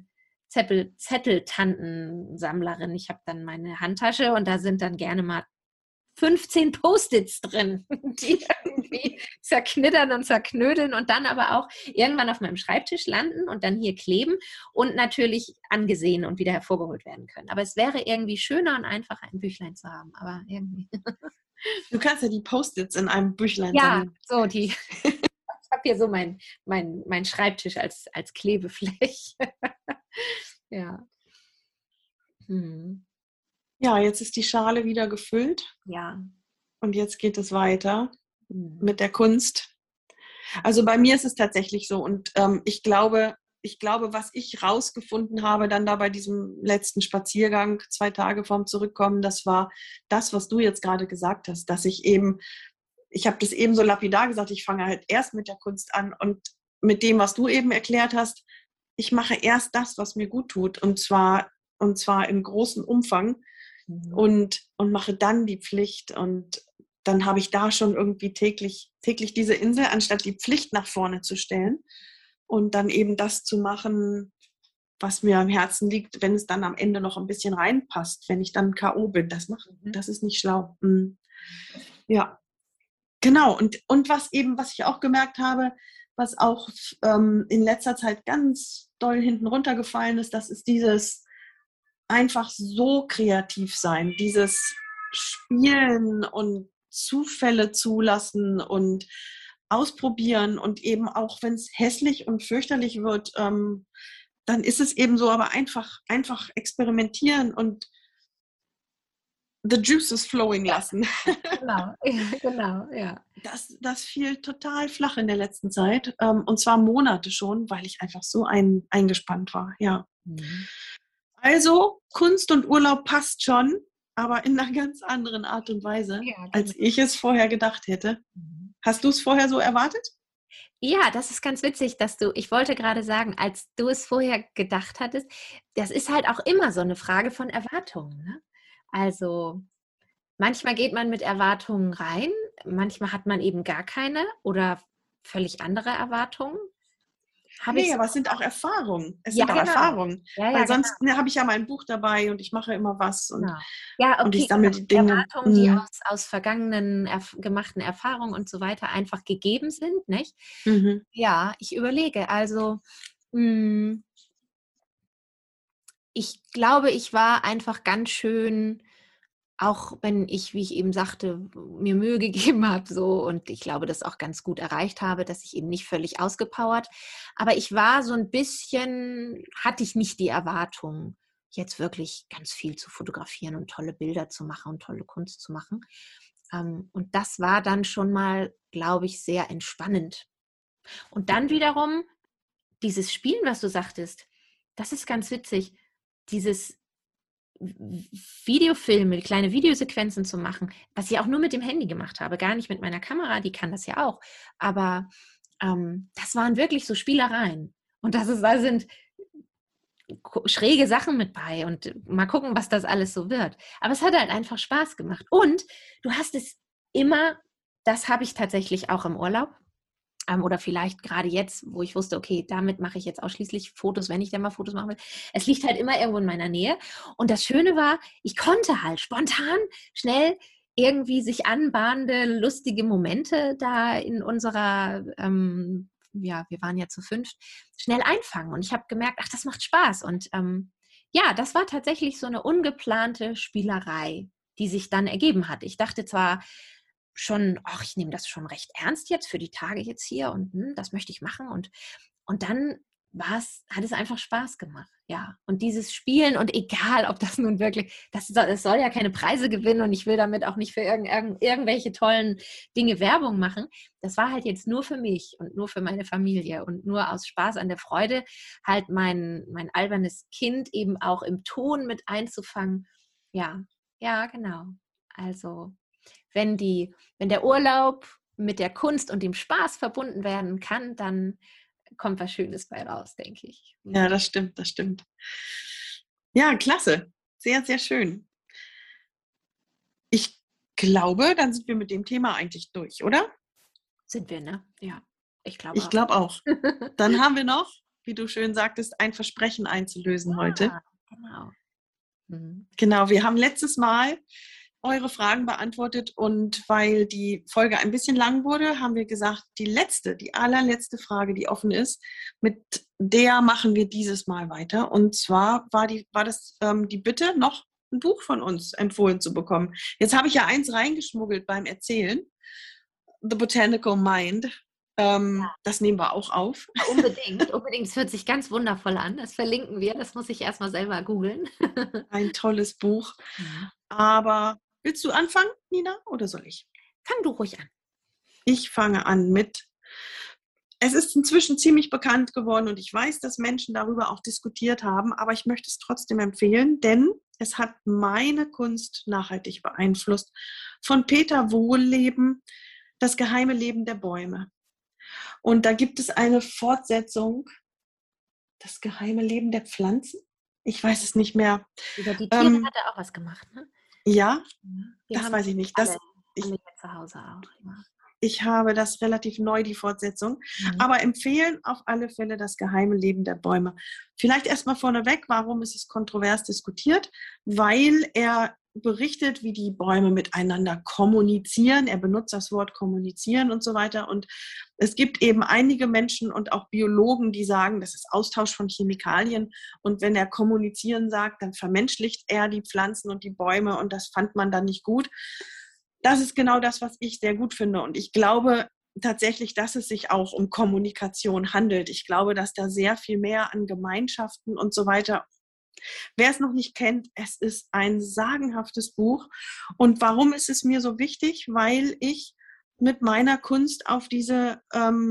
Zetteltantensammlerin. Ich habe dann meine Handtasche und da sind dann gerne mal 15 Post-its drin, die irgendwie zerknittern und zerknödeln und dann aber auch irgendwann auf meinem Schreibtisch landen und dann hier kleben und natürlich angesehen und wieder hervorgeholt werden können. Aber es wäre irgendwie schöner und einfacher, ein Büchlein zu haben. Aber irgendwie. Du kannst ja die Post-its in einem Büchlein Ja, sammeln. so ich habe hier so mein Schreibtisch als Klebefläche. Ja. Hm. Ja, jetzt ist die Schale wieder gefüllt Ja. und jetzt geht es weiter Hm. mit der Kunst. Also bei mir ist es tatsächlich so und ich glaube, was ich rausgefunden habe dann da bei diesem letzten Spaziergang, 2 Tage vorm Zurückkommen, das war das, was du jetzt gerade gesagt hast, dass ich habe das eben so lapidar gesagt, ich fange halt erst mit der Kunst an und mit dem, was du eben erklärt hast, ich mache erst das, was mir gut tut und zwar im großen Umfang Mhm. und mache dann die Pflicht und dann habe ich da schon irgendwie täglich diese Insel, anstatt die Pflicht nach vorne zu stellen und dann eben das zu machen, was mir am Herzen liegt, wenn es dann am Ende noch ein bisschen reinpasst, wenn ich dann K.O. bin. Das ist nicht schlau. Ja, genau. Und was ich auch gemerkt habe, was auch in letzter Zeit ganz doll hinten runtergefallen ist, das ist dieses einfach so kreativ sein, dieses Spielen und Zufälle zulassen und ausprobieren und eben auch, wenn es hässlich und fürchterlich wird, dann ist es eben so, aber einfach experimentieren und the juices flowing lassen. Genau, genau, ja. Das fiel total flach in der letzten Zeit und zwar Monate schon, weil ich einfach so eingespannt war, ja. Mhm. Also, Kunst und Urlaub passt schon, aber in einer ganz anderen Art und Weise, Ja, genau. als ich es vorher gedacht hätte. Mhm. Hast du es vorher so erwartet? Ja, das ist ganz witzig, ich wollte gerade sagen, als du es vorher gedacht hattest, das ist halt auch immer so eine Frage von Erwartungen, ne? Also, manchmal geht man mit Erwartungen rein, manchmal hat man eben gar keine oder völlig andere Erwartungen. Habe ich Nee, so aber es sind auch Erfahrungen. Es Ja, sind auch genau. Erfahrungen. Ja, Weil genau. sonst habe ich ja mein Buch dabei und ich mache immer was Genau. Ja, und ich okay, sammle genau. die Dinge. Erwartungen, die aus vergangenen gemachten Erfahrungen und so weiter einfach gegeben sind, nicht? Mhm. Ja, ich überlege. Also, hm, ich glaube, ich war einfach ganz schön, auch wenn ich, wie ich eben sagte, mir Mühe gegeben habe so und ich glaube, das auch ganz gut erreicht habe, dass ich eben nicht völlig ausgepowert, aber ich war so ein bisschen hatte ich nicht die Erwartung, jetzt wirklich ganz viel zu fotografieren und tolle Bilder zu machen und tolle Kunst zu machen. Und das war dann schon mal, glaube ich, sehr entspannend. Und dann wiederum dieses Spielen, was du sagtest, das ist ganz witzig, dieses Videofilme, kleine Videosequenzen zu machen, was ich auch nur mit dem Handy gemacht habe, gar nicht mit meiner Kamera, die kann das ja auch. Aber das waren wirklich so Spielereien. Und da sind schräge Sachen mit bei und mal gucken, was das alles so wird. Aber es hat halt einfach Spaß gemacht. Und du hast es immer, das habe ich tatsächlich auch im Urlaub, oder vielleicht gerade jetzt, wo ich wusste, okay, damit mache ich jetzt ausschließlich Fotos, wenn ich dann mal Fotos machen will. Es liegt halt immer irgendwo in meiner Nähe. Und das Schöne war, ich konnte halt spontan, schnell irgendwie sich anbahnende, lustige Momente da in unserer, ja, wir waren ja zu 5, schnell einfangen. Und ich habe gemerkt, ach, das macht Spaß. Und ja, das war tatsächlich so eine ungeplante Spielerei, die sich dann ergeben hat. Ich dachte zwar, schon, ach, ich nehme das schon recht ernst jetzt für die Tage jetzt hier und das möchte ich machen. Und dann hat es einfach Spaß gemacht. Ja, und dieses Spielen und egal, ob das nun wirklich, es soll ja keine Preise gewinnen und ich will damit auch nicht für irgendwelche tollen Dinge Werbung machen. Das war halt jetzt nur für mich und nur für meine Familie und nur aus Spaß an der Freude, halt mein albernes Kind eben auch im Ton mit einzufangen. Ja, ja, genau. Also, wenn der Urlaub mit der Kunst und dem Spaß verbunden werden kann, dann kommt was Schönes bei raus, denke ich. Ja, das stimmt, das stimmt. Ja, klasse. Sehr, sehr schön. Ich glaube, dann sind wir mit dem Thema eigentlich durch, oder? Sind wir, ne? Ja, ich glaube Ich auch. glaube auch. Dann haben wir noch, wie du schön sagtest, ein Versprechen einzulösen heute. Ja, genau. Mhm. Genau, wir haben letztes Mal eure Fragen beantwortet und weil die Folge ein bisschen lang wurde, haben wir gesagt, die allerletzte Frage, die offen ist, mit der machen wir dieses Mal weiter. Und zwar war das die Bitte, noch ein Buch von uns empfohlen zu bekommen. Jetzt habe ich ja eins reingeschmuggelt beim Erzählen, The Botanical Mind. Das nehmen wir auch auf. Unbedingt, unbedingt. Es hört sich ganz wundervoll an. Das verlinken wir. Das muss ich erstmal selber googeln. Ein tolles Buch. Mhm. Aber willst du anfangen, Nina, oder soll ich? Fang du ruhig an. Ich fange an mit, es ist inzwischen ziemlich bekannt geworden und ich weiß, dass Menschen darüber auch diskutiert haben, aber ich möchte es trotzdem empfehlen, denn es hat meine Kunst nachhaltig beeinflusst. Von Peter Wohlleben, Das geheime Leben der Bäume. Und da gibt es eine Fortsetzung, Das geheime Leben der Pflanzen. Ich weiß es nicht mehr. Über die Tiere hat er auch was gemacht, ne? Ja, Wir das haben weiß ich nicht. alle Ich, hier zu Hause auch. Ja. Ich habe das relativ neu, die Fortsetzung. Aber empfehlen auf alle Fälle Das geheime Leben der Bäume. Vielleicht erstmal vorneweg, warum ist es kontrovers diskutiert? Weil er berichtet, wie die Bäume miteinander kommunizieren. Er benutzt das Wort kommunizieren und so weiter. Und es gibt eben einige Menschen und auch Biologen, die sagen, das ist Austausch von Chemikalien. Und wenn er kommunizieren sagt, dann vermenschlicht er die Pflanzen und die Bäume. Und das fand man dann nicht gut. Das ist genau das, was ich sehr gut finde. Und ich glaube tatsächlich, dass es sich auch um Kommunikation handelt. Ich glaube, dass da sehr viel mehr an Gemeinschaften und so weiter. Wer es noch nicht kennt, es ist ein sagenhaftes Buch. Und warum ist es mir so wichtig? Weil ich mit meiner Kunst auf diese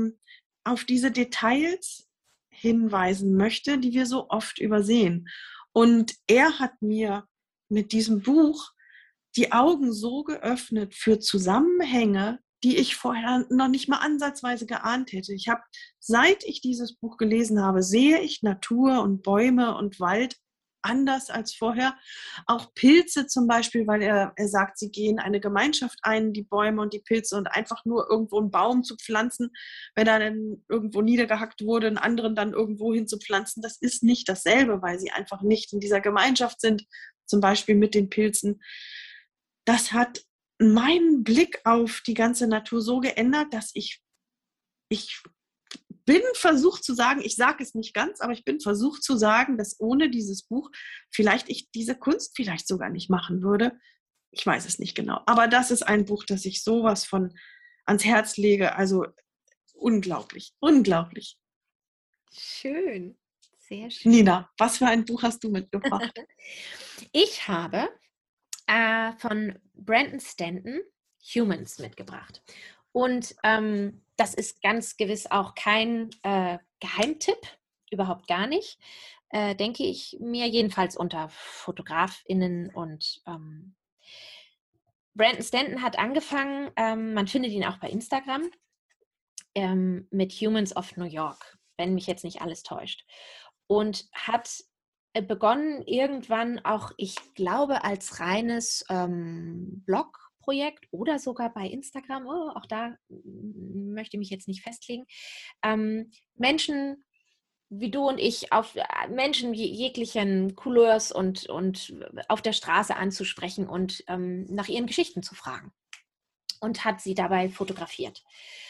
Details hinweisen möchte, die wir so oft übersehen. Und er hat mir mit diesem Buch die Augen so geöffnet für Zusammenhänge, die ich vorher noch nicht mal ansatzweise geahnt hätte. Seit ich dieses Buch gelesen habe, sehe ich Natur und Bäume und Wald anders als vorher. Auch Pilze zum Beispiel, weil er sagt, sie gehen eine Gemeinschaft ein, die Bäume und die Pilze, und einfach nur irgendwo einen Baum zu pflanzen, wenn er dann irgendwo niedergehackt wurde, einen anderen dann irgendwo hin zu pflanzen, das ist nicht dasselbe, weil sie einfach nicht in dieser Gemeinschaft sind, zum Beispiel mit den Pilzen. Das hat meinen Blick auf die ganze Natur so geändert, dass ich bin versucht zu sagen, ich sage es nicht ganz, aber ich bin versucht zu sagen, dass ohne dieses Buch vielleicht ich diese Kunst vielleicht sogar nicht machen würde. Ich weiß es nicht genau. Aber das ist ein Buch, das ich sowas von ans Herz lege. Also unglaublich, unglaublich. Schön, sehr schön. Nina, was für ein Buch hast du mitgebracht? Ich habe von Brandon Stanton Humans mitgebracht. Und das ist ganz gewiss auch kein Geheimtipp, überhaupt gar nicht, denke ich mir, jedenfalls unter FotografInnen. Und Brandon Stanton hat angefangen, man findet ihn auch bei Instagram, mit Humans of New York, wenn mich jetzt nicht alles täuscht. Und hat begonnen irgendwann auch, ich glaube, als reines Blogprojekt oder sogar bei Instagram, auch da möchte ich mich jetzt nicht festlegen, Menschen wie du und ich, auf Menschen jeglichen Couleurs und auf der Straße anzusprechen und nach ihren Geschichten zu fragen. Und hat sie dabei fotografiert.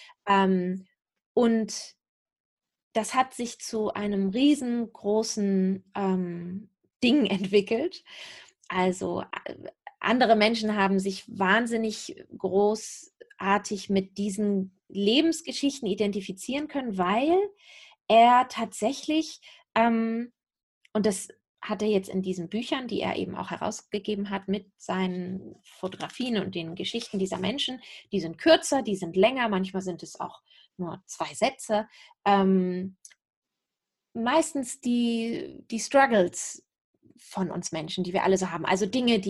Und das hat sich zu einem riesengroßen Ding entwickelt. Also andere Menschen haben sich wahnsinnig großartig mit diesen Lebensgeschichten identifizieren können, weil er tatsächlich, und das hat er jetzt in diesen Büchern, die er eben auch herausgegeben hat, mit seinen Fotografien und den Geschichten dieser Menschen, die sind kürzer, die sind länger, manchmal sind es auch nur 2 Sätze, meistens die Struggles von uns Menschen, die wir alle so haben. Also Dinge,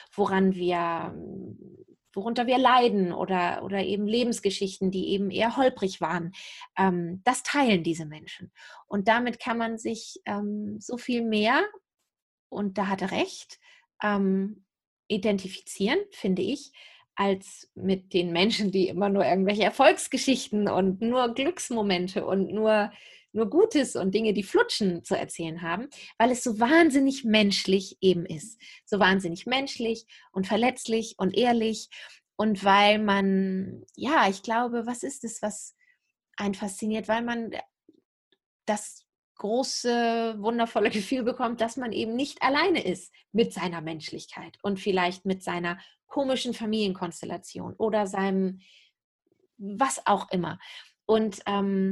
worunter wir leiden oder eben Lebensgeschichten, die eben eher holprig waren. Das teilen diese Menschen. Und damit kann man sich so viel mehr, und da hat er recht, identifizieren, finde ich, als mit den Menschen, die immer nur irgendwelche Erfolgsgeschichten und nur Glücksmomente und nur Gutes und Dinge, die flutschen, zu erzählen haben, weil es so wahnsinnig menschlich eben ist. So wahnsinnig menschlich und verletzlich und ehrlich. Und weil man, ja, ich glaube, was ist es, was einen fasziniert? Weil man das große, wundervolle Gefühl bekommt, dass man eben nicht alleine ist mit seiner Menschlichkeit und vielleicht mit seiner komischen Familienkonstellation oder seinem was auch immer. Und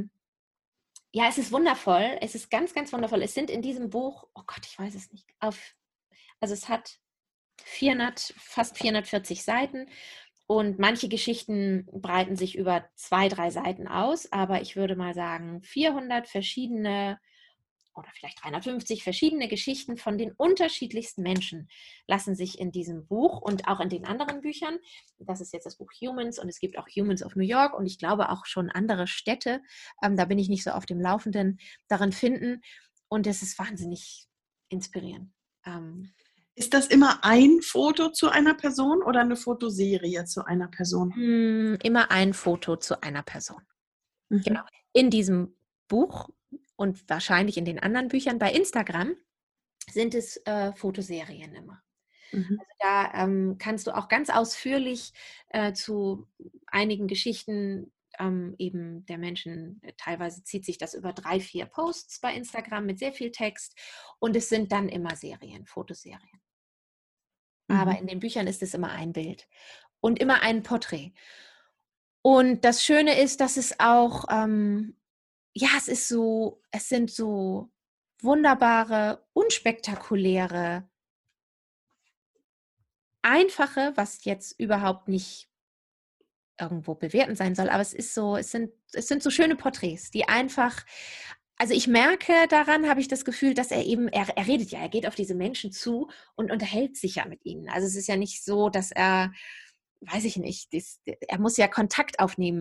ja, es ist wundervoll. Es ist ganz, ganz wundervoll. Es sind in diesem Buch, oh Gott, ich weiß es nicht, also es hat fast 440 Seiten und manche Geschichten breiten sich über 2, 3 Seiten aus, aber ich würde mal sagen, 400 verschiedene oder vielleicht 350 verschiedene Geschichten von den unterschiedlichsten Menschen lassen sich in diesem Buch und auch in den anderen Büchern, das ist jetzt das Buch Humans und es gibt auch Humans of New York und ich glaube auch schon andere Städte, da bin ich nicht so auf dem Laufenden, darin finden und es ist wahnsinnig inspirierend. Ist das immer ein Foto zu einer Person oder eine Fotoserie zu einer Person? Immer ein Foto zu einer Person. Mhm. Genau. In diesem Buch und wahrscheinlich in den anderen Büchern bei Instagram sind es Fotoserien immer. Mhm. Also da kannst du auch ganz ausführlich zu einigen Geschichten eben der Menschen, teilweise zieht sich das über 3, 4 Posts bei Instagram mit sehr viel Text und es sind dann immer Serien, Fotoserien. Aber in den Büchern ist es immer ein Bild und immer ein Porträt. Und das Schöne ist, dass es auch, ja, es sind so wunderbare, unspektakuläre, einfache, was jetzt überhaupt nicht irgendwo bewertend sein soll, aber es sind so schöne Porträts, die einfach, also ich merke daran, habe ich das Gefühl, dass er redet ja, er geht auf diese Menschen zu und unterhält sich ja mit ihnen. Also es ist ja nicht so, dass er, weiß ich nicht, er muss ja Kontakt aufnehmen,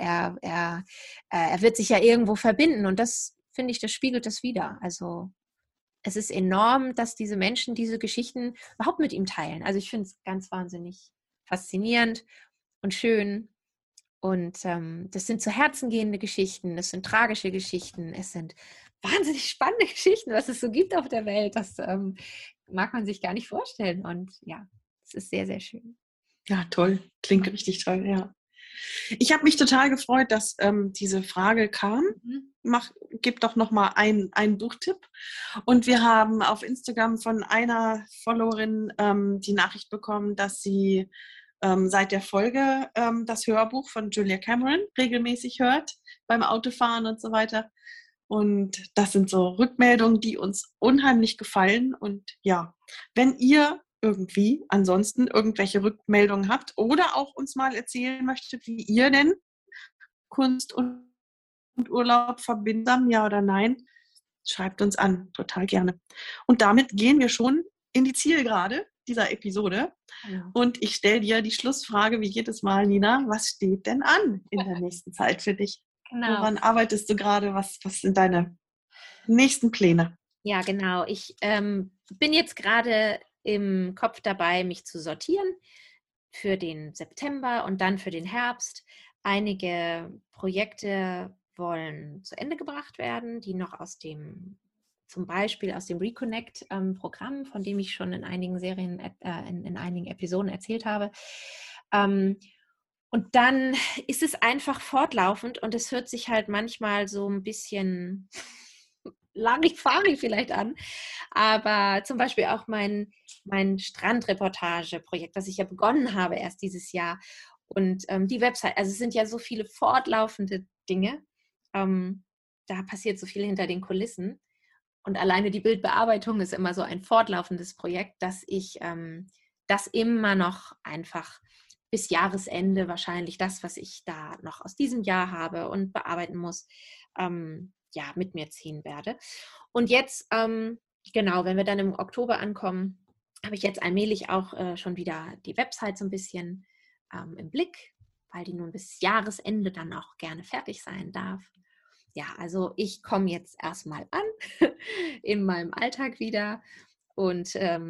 er wird sich ja irgendwo verbinden und das, finde ich, das spiegelt das wider. Also es ist enorm, dass diese Menschen diese Geschichten überhaupt mit ihm teilen. Also ich finde es ganz wahnsinnig faszinierend und schön. Und das sind zu Herzen gehende Geschichten, das sind tragische Geschichten, es sind wahnsinnig spannende Geschichten, was es so gibt auf der Welt. Das mag man sich gar nicht vorstellen. Und ja, es ist sehr, sehr schön. Ja, toll. Klingt richtig toll, ja. Ich habe mich total gefreut, dass diese Frage kam. Gib doch noch mal einen Buchtipp. Und wir haben auf Instagram von einer Followerin die Nachricht bekommen, dass sie seit der Folge das Hörbuch von Julia Cameron regelmäßig hört, beim Autofahren und so weiter. Und das sind so Rückmeldungen, die uns unheimlich gefallen. Und ja, wenn ihr irgendwie ansonsten irgendwelche Rückmeldungen habt oder auch uns mal erzählen möchtet, wie ihr denn Kunst und Urlaub verbindet, ja oder nein, schreibt uns an, total gerne. Und damit gehen wir schon in die Zielgerade dieser Episode. Ja. Und ich stelle dir die Schlussfrage wie jedes Mal, Nina, was steht denn an in der nächsten Zeit für dich? Genau. Woran arbeitest du gerade? Was sind deine nächsten Pläne? Ja, genau. Ich bin jetzt gerade im Kopf dabei, mich zu sortieren für den September und dann für den Herbst. Einige Projekte wollen zu Ende gebracht werden, die noch zum Beispiel aus dem Reconnect-Programm, von dem ich schon in einigen Serien, in einigen Episoden erzählt habe. Und dann ist es einfach fortlaufend und es hört sich halt manchmal so ein bisschen Larifari vielleicht an. Aber zum Beispiel auch mein Strandreportage-Projekt, das ich ja begonnen habe erst dieses Jahr. Und die Website, also es sind ja so viele fortlaufende Dinge. Da passiert so viel hinter den Kulissen. Und alleine die Bildbearbeitung ist immer so ein fortlaufendes Projekt, dass ich das immer noch einfach bis Jahresende wahrscheinlich das, was ich da noch aus diesem Jahr habe und bearbeiten muss, mit mir ziehen werde. Und jetzt, genau, wenn wir dann im Oktober ankommen, habe ich jetzt allmählich auch schon wieder die Website so ein bisschen im Blick, weil die nun bis Jahresende dann auch gerne fertig sein darf. Ja, also ich komme jetzt erstmal an in meinem Alltag wieder und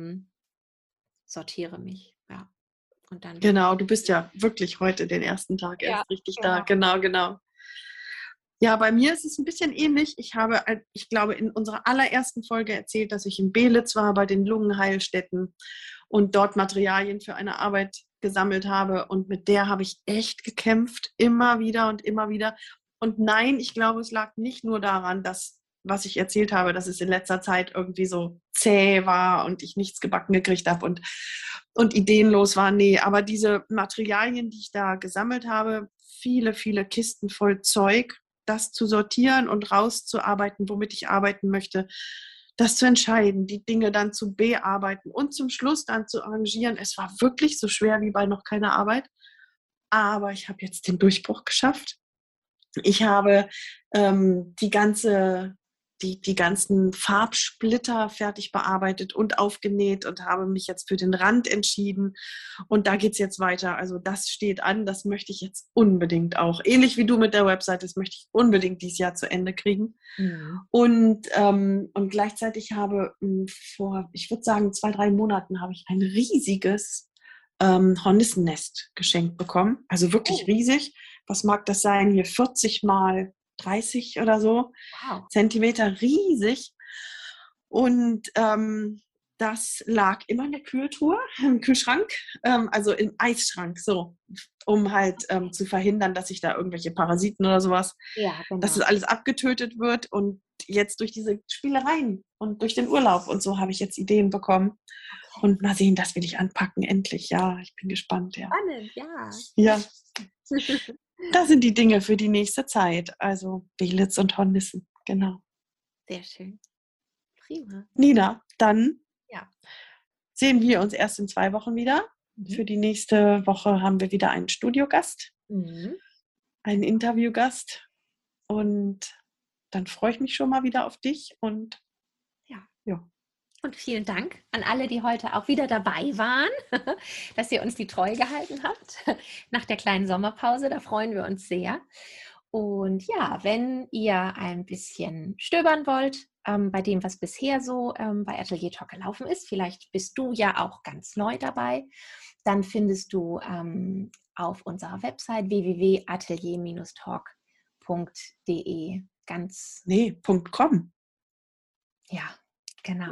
sortiere mich. Ja. Und dann Genau, du bist ja wirklich heute den ersten Tag erst richtig da. Genau. Ja, bei mir ist es ein bisschen ähnlich. Ich glaube, in unserer allerersten Folge erzählt, dass ich in Belitz war bei den Lungenheilstätten und dort Materialien für eine Arbeit gesammelt habe. Und mit der habe ich echt gekämpft, immer wieder und immer wieder. Und nein, ich glaube, es lag nicht nur daran, dass, was ich erzählt habe, dass es in letzter Zeit irgendwie so zäh war und ich nichts gebacken gekriegt habe und ideenlos war. Nee, aber diese Materialien, die ich da gesammelt habe, viele, viele Kisten voll Zeug, das zu sortieren und rauszuarbeiten, womit ich arbeiten möchte, das zu entscheiden, die Dinge dann zu bearbeiten und zum Schluss dann zu arrangieren. Es war wirklich so schwer wie bei noch keiner Arbeit, aber ich habe jetzt den Durchbruch geschafft. Ich habe die ganzen Farbsplitter fertig bearbeitet und aufgenäht und habe mich jetzt für den Rand entschieden. Und da geht es jetzt weiter. Also das steht an, das möchte ich jetzt unbedingt auch. Ähnlich wie du mit der Website, das möchte ich unbedingt dieses Jahr zu Ende kriegen. Mhm. Und gleichzeitig habe vor, ich würde sagen, 2-3 Monaten habe ich ein riesiges Hornissennest geschenkt bekommen. Also wirklich riesig. Was mag das sein? Hier 40 mal 30 oder so Zentimeter, riesig. Und das lag immer in der Kühltruhe, im Kühlschrank, also im Eisschrank, so, um halt zu verhindern, dass sich da irgendwelche Parasiten oder sowas, dass es alles abgetötet wird. Und jetzt durch diese Spielereien und durch den Urlaub und so habe ich jetzt Ideen bekommen. Und mal sehen, das will ich anpacken, endlich. Ja, ich bin gespannt. Ja. Spannend, ja. Ja. Das sind die Dinge für die nächste Zeit. Also Belitz und Hornissen, genau. Sehr schön. Prima. Nina, dann sehen wir uns erst in 2 Wochen wieder. Mhm. Für die nächste Woche haben wir wieder einen Studiogast, einen Interviewgast. Und dann freue ich mich schon mal wieder auf dich. Und ja. Und vielen Dank an alle, die heute auch wieder dabei waren, dass ihr uns die Treue gehalten habt nach der kleinen Sommerpause. Da freuen wir uns sehr. Und ja, wenn ihr ein bisschen stöbern wollt bei dem, was bisher so bei Atelier Talk gelaufen ist, vielleicht bist du ja auch ganz neu dabei, dann findest du auf unserer Website www.atelier-talk.de .com. Ja, genau.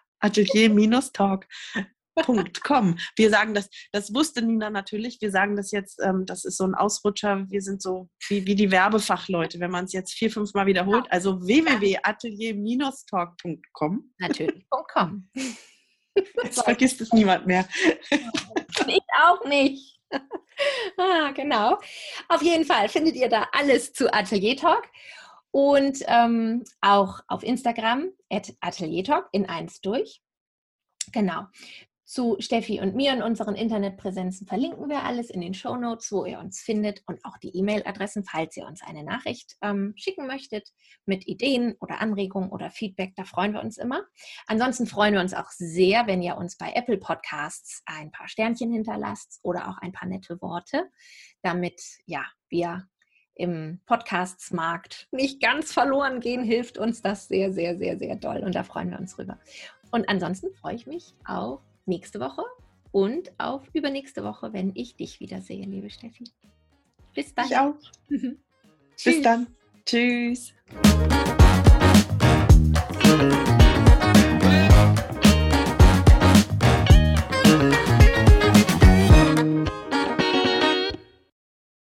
Atelier-talk.com. Wir sagen das wusste Nina natürlich, wir sagen das jetzt, das ist so ein Ausrutscher, wir sind so wie die Werbefachleute, wenn man es jetzt 4-5 Mal wiederholt, also www.atelier-talk.com. Natürlich, .com. Jetzt vergisst es niemand mehr. Ich auch nicht. Genau. Auf jeden Fall findet ihr da alles zu Atelier Talk. Und auch auf Instagram @ateliertalk in 1 durch. Genau. Zu Steffi und mir und unseren Internetpräsenzen verlinken wir alles in den Shownotes, wo ihr uns findet, und auch die E-Mail-Adressen, falls ihr uns eine Nachricht schicken möchtet mit Ideen oder Anregungen oder Feedback. Da freuen wir uns immer. Ansonsten freuen wir uns auch sehr, wenn ihr uns bei Apple Podcasts ein paar Sternchen hinterlasst oder auch ein paar nette Worte, damit wir im Podcasts-Markt nicht ganz verloren gehen, hilft uns das sehr, sehr, sehr, sehr doll. Und da freuen wir uns drüber. Und ansonsten freue ich mich auf nächste Woche und auf übernächste Woche, wenn ich dich wiedersehe, liebe Steffi. Bis dann. Ich auch. Bis dann. Tschüss.